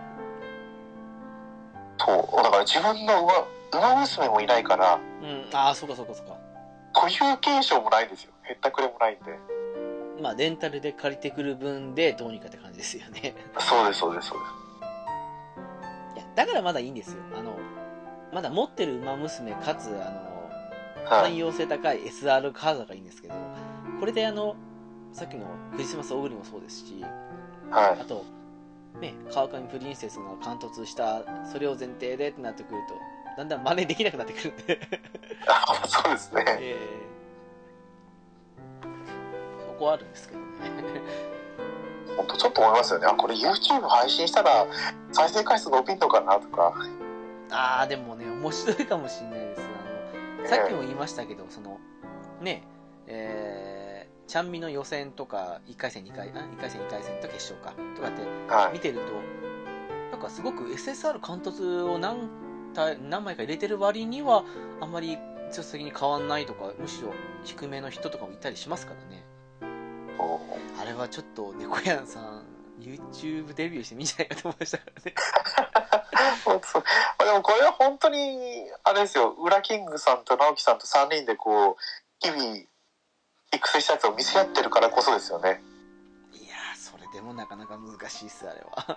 だから自分の馬娘もいないから。 そうか。 固有継承もないんですよ。へったくれもないんで。 レンタルで借りてくる分でどうにかって感じですよね。 そうです。いや、だからまだいいんですよ。まだ持ってる馬娘かつ汎用性高い SR カードがいいんですけど、これでさっきのクリスマスオグリもそうですし、あとね、川上プリンセスが貫突したそれを前提でってなってくるとだんだん真似できなくなってくるんで。 そうですね。 そこはあるんですけどね。 本当ちょっと思いますよね。これ YouTube 配信したら再生回数伸びんのかなとか。 でもね、面白いかもしれないです。 さっきも言いましたけど、そのね、ちゃんみの予選とか1回戦2回戦2回戦と決勝かとかって見てると、なんかすごく SSR 貫突を何枚か入れてる割にはあんまり強さ的に変わんないとか、むしろ低めの人とかもいたりしますからね。あれはちょっと猫やんさん YouTube デビューしてみんじゃないかと思いましたからね。 でもこれは本当にあれですよ、ウラキングさんと直樹さんと3人でこう日々育成したやつを見せ合ってるからこそですよね。 いやー、それでもなかなか難しいっす、あれは。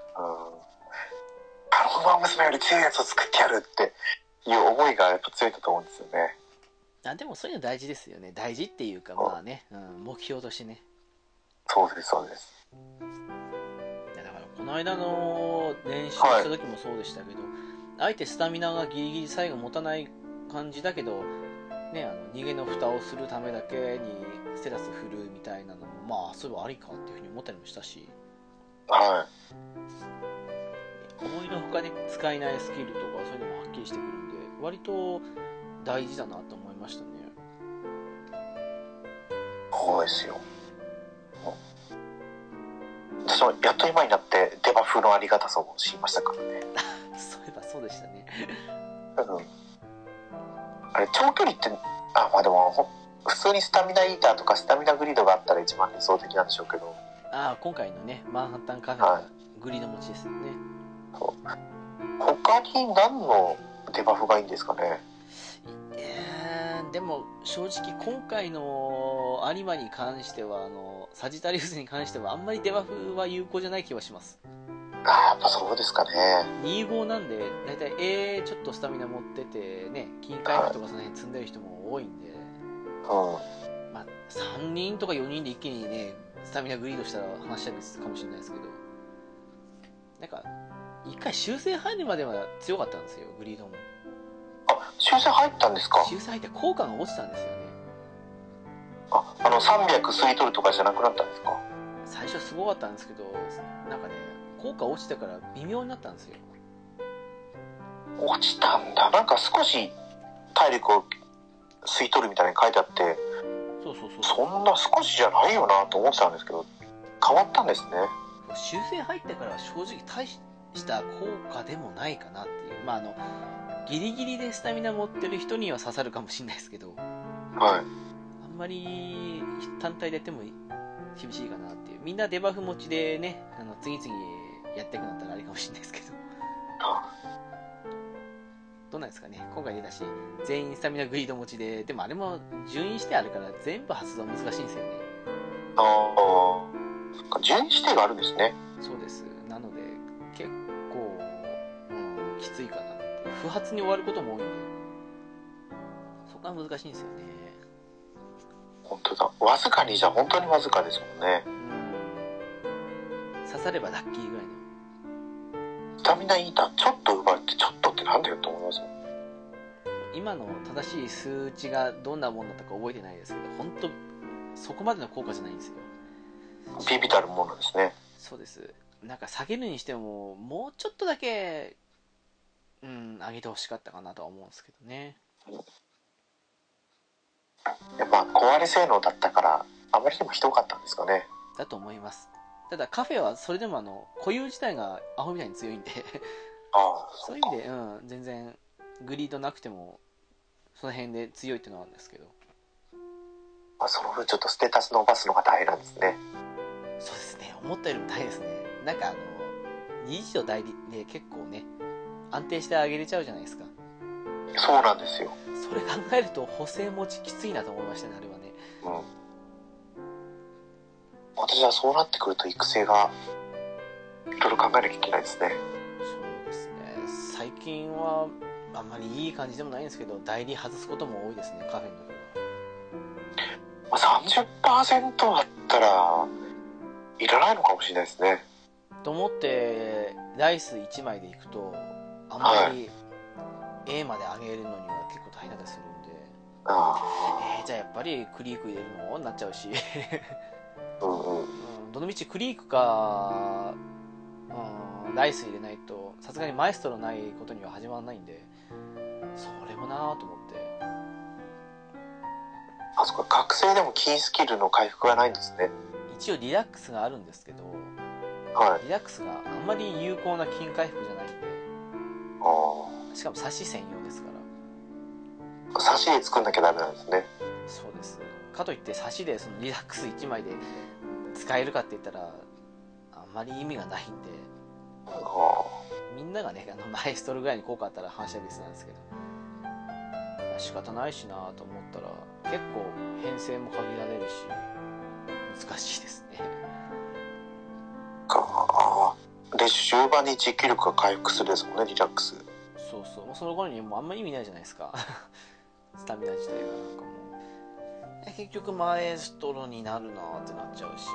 馬娘より強いやつを作ってやるっていう思いがやっぱ強いんだと思うんですよね。 でもそういうの大事ですよね。大事っていうか、まあね、目標としてね。 そうですそうです。 だからこの間の練習した時もそうでしたけど、あえてスタミナがギリギリ最後持たない感じだけどね、逃げの蓋をするためだけにステラス振るみたいなのも、まあそういえばありかっていうふうに思ったりもしたし、思いのほかね、使えないスキルとかそういうのもはっきりしてくるんで、割と大事だなと思いましたね。 そうですよ。私もやっと今になってデバフのありがたさを知りましたからね。 そういえばそうでしたね。 あれ長距離ってまあでも普通にスタミナイーターとかスタミナグリードがあったら一番理想的なんでしょうけど、 今回のねマンハッタンカフェがグリード持ちですよね。 他に何のデバフがいいんですかね。 でも正直今回の有馬に関してはサジタリウスに関してはあんまりデバフは有効じゃない気はします。 やっぱそうですかね。 25なんでだいたいちょっとスタミナ持っててね、金回復とかその辺積んでる人も多いんで、まあ3人とか4人で一気にねスタミナグリードしたら話は別かもしれないですけど、なんか一回修正入るまでは強かったんですよ、グリードも。 修正入ったんですか。 修正入って効果が落ちたんですよね。 300吸い取るとかじゃなくなったんですか。 最初すごかったんですけど、なんかね効果落ちてから微妙になったんですよ。 落ちたんだ。なんか少し体力を吸い取るみたいに書いてあって、 そうそんな少しじゃないよなと思ってたんですけど、変わったんですね。 修正入ってからは正直大した効果でもないかなっていう、まあギリギリでスタミナ持ってる人には刺さるかもしれないですけど、あんまり単体でやっても厳しいかなっていう。みんなデバフ持ちでね、次々やっていくんだったらあれかもしれないですけど、どうなんですかね。今回出たし全員スタミナグリード持ちで、でもあれも順位指定あるから全部発動難しいんですよね。 順位指定があるんですね。 そうです。なので結構、きついかなって。不発に終わることも多いんで、そこは難しいんですよね。 本当だ。わずかにじゃ本当にわずかですもんね。 刺さればラッキーぐらいの。 スタミナイーターちょっと奪ってちょっとってなんだよと思いますもん。 今の正しい数値がどんなものだったか覚えてないですけど、本当そこまでの効果じゃないんですよ。 ビビたるものですね。 そうです。なんか下げるにしてももうちょっとだけ上げてほしかったかなとは思うんですけどね。 やっぱ壊れ性能だったからあまりにもひどかったんですかね。 だと思います。ただカフェはそれでも固有自体がアホみたいに強いんでそういう意味で、全然グリードなくてもその辺で強いっていうのはあるんですけど、 その分ちょっとステータス伸ばすのが大変なんですね。 そうですね、思ったよりも大変ですね。なんか二次と代理で結構ね安定して上げれちゃうじゃないですか。 そうなんですよ。 それ考えると補正持ちきついなと思いましたね、あれはね。 私はそうなってくると育成がいろいろ考えなきゃいけないですね。 そうですね、最近はあんまりいい感じでもないんですけど、代理外すことも多いですね、カフェの時は。30% だったらいらないのかもしれないですね。 と思ってライス1枚でいくとあんまり A まで上げるのには結構大変だったりするんで、じゃあやっぱりクリーク入れるのになっちゃうしどのみちクリークか、ライス入れないとさすがにマエストロないことには始まらないんで、それもなぁと思って。 あ、そっか、覚醒でもキースキルの回復がないんですね。 一応リラックスがあるんですけど、 はい。 リラックスがあんまり有効な筋回復じゃないんで、しかも差し専用ですから。 差しで作んなきゃダメなんですね。 そうです。かといって差しでそのリラックス1枚で使えるかって言ったらあんまり意味がないんで、みんながねマエストロぐらいに効果あったら話は別なんですけど、仕方ないしなと思ったら結構編成も限られるし難しいですね。 で終盤に持久力が回復するですもんね、リラックス。 そうそう、もうその頃にもうあんまり意味ないじゃないですかスタミナ自体がなんかもう結局マエストロになるなってなっちゃうし、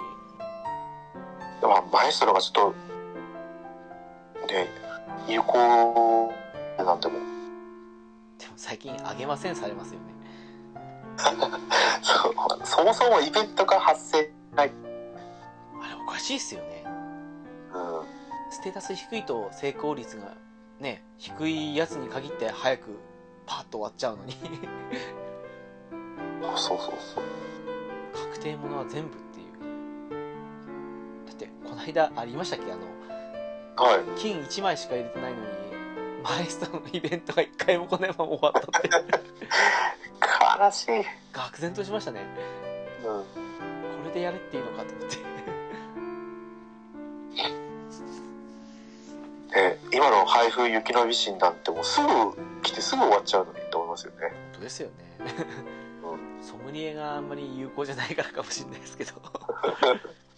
マエストロがちょっとね有効なんでも最近あげませんされますよねそもそもイベントが発生ない、 あれおかしいっすよね。ステータス低いと成功率がね低いやつに限って早くパッと終わっちゃうのにそう確定ものは全部っていう。だってこの間ありましたっけ、 はい、 金1枚しか入れてないのにマエストロのイベントが1回も来ないまま終わったって悲しい。 愕然としましたね。これでやれっていいのかと思って今の配布雪の美人なんてもうすぐ来てすぐ終わっちゃうのにと思いますよね。 本当ですよねソムリエがあんまり有効じゃないからかもしれないですけど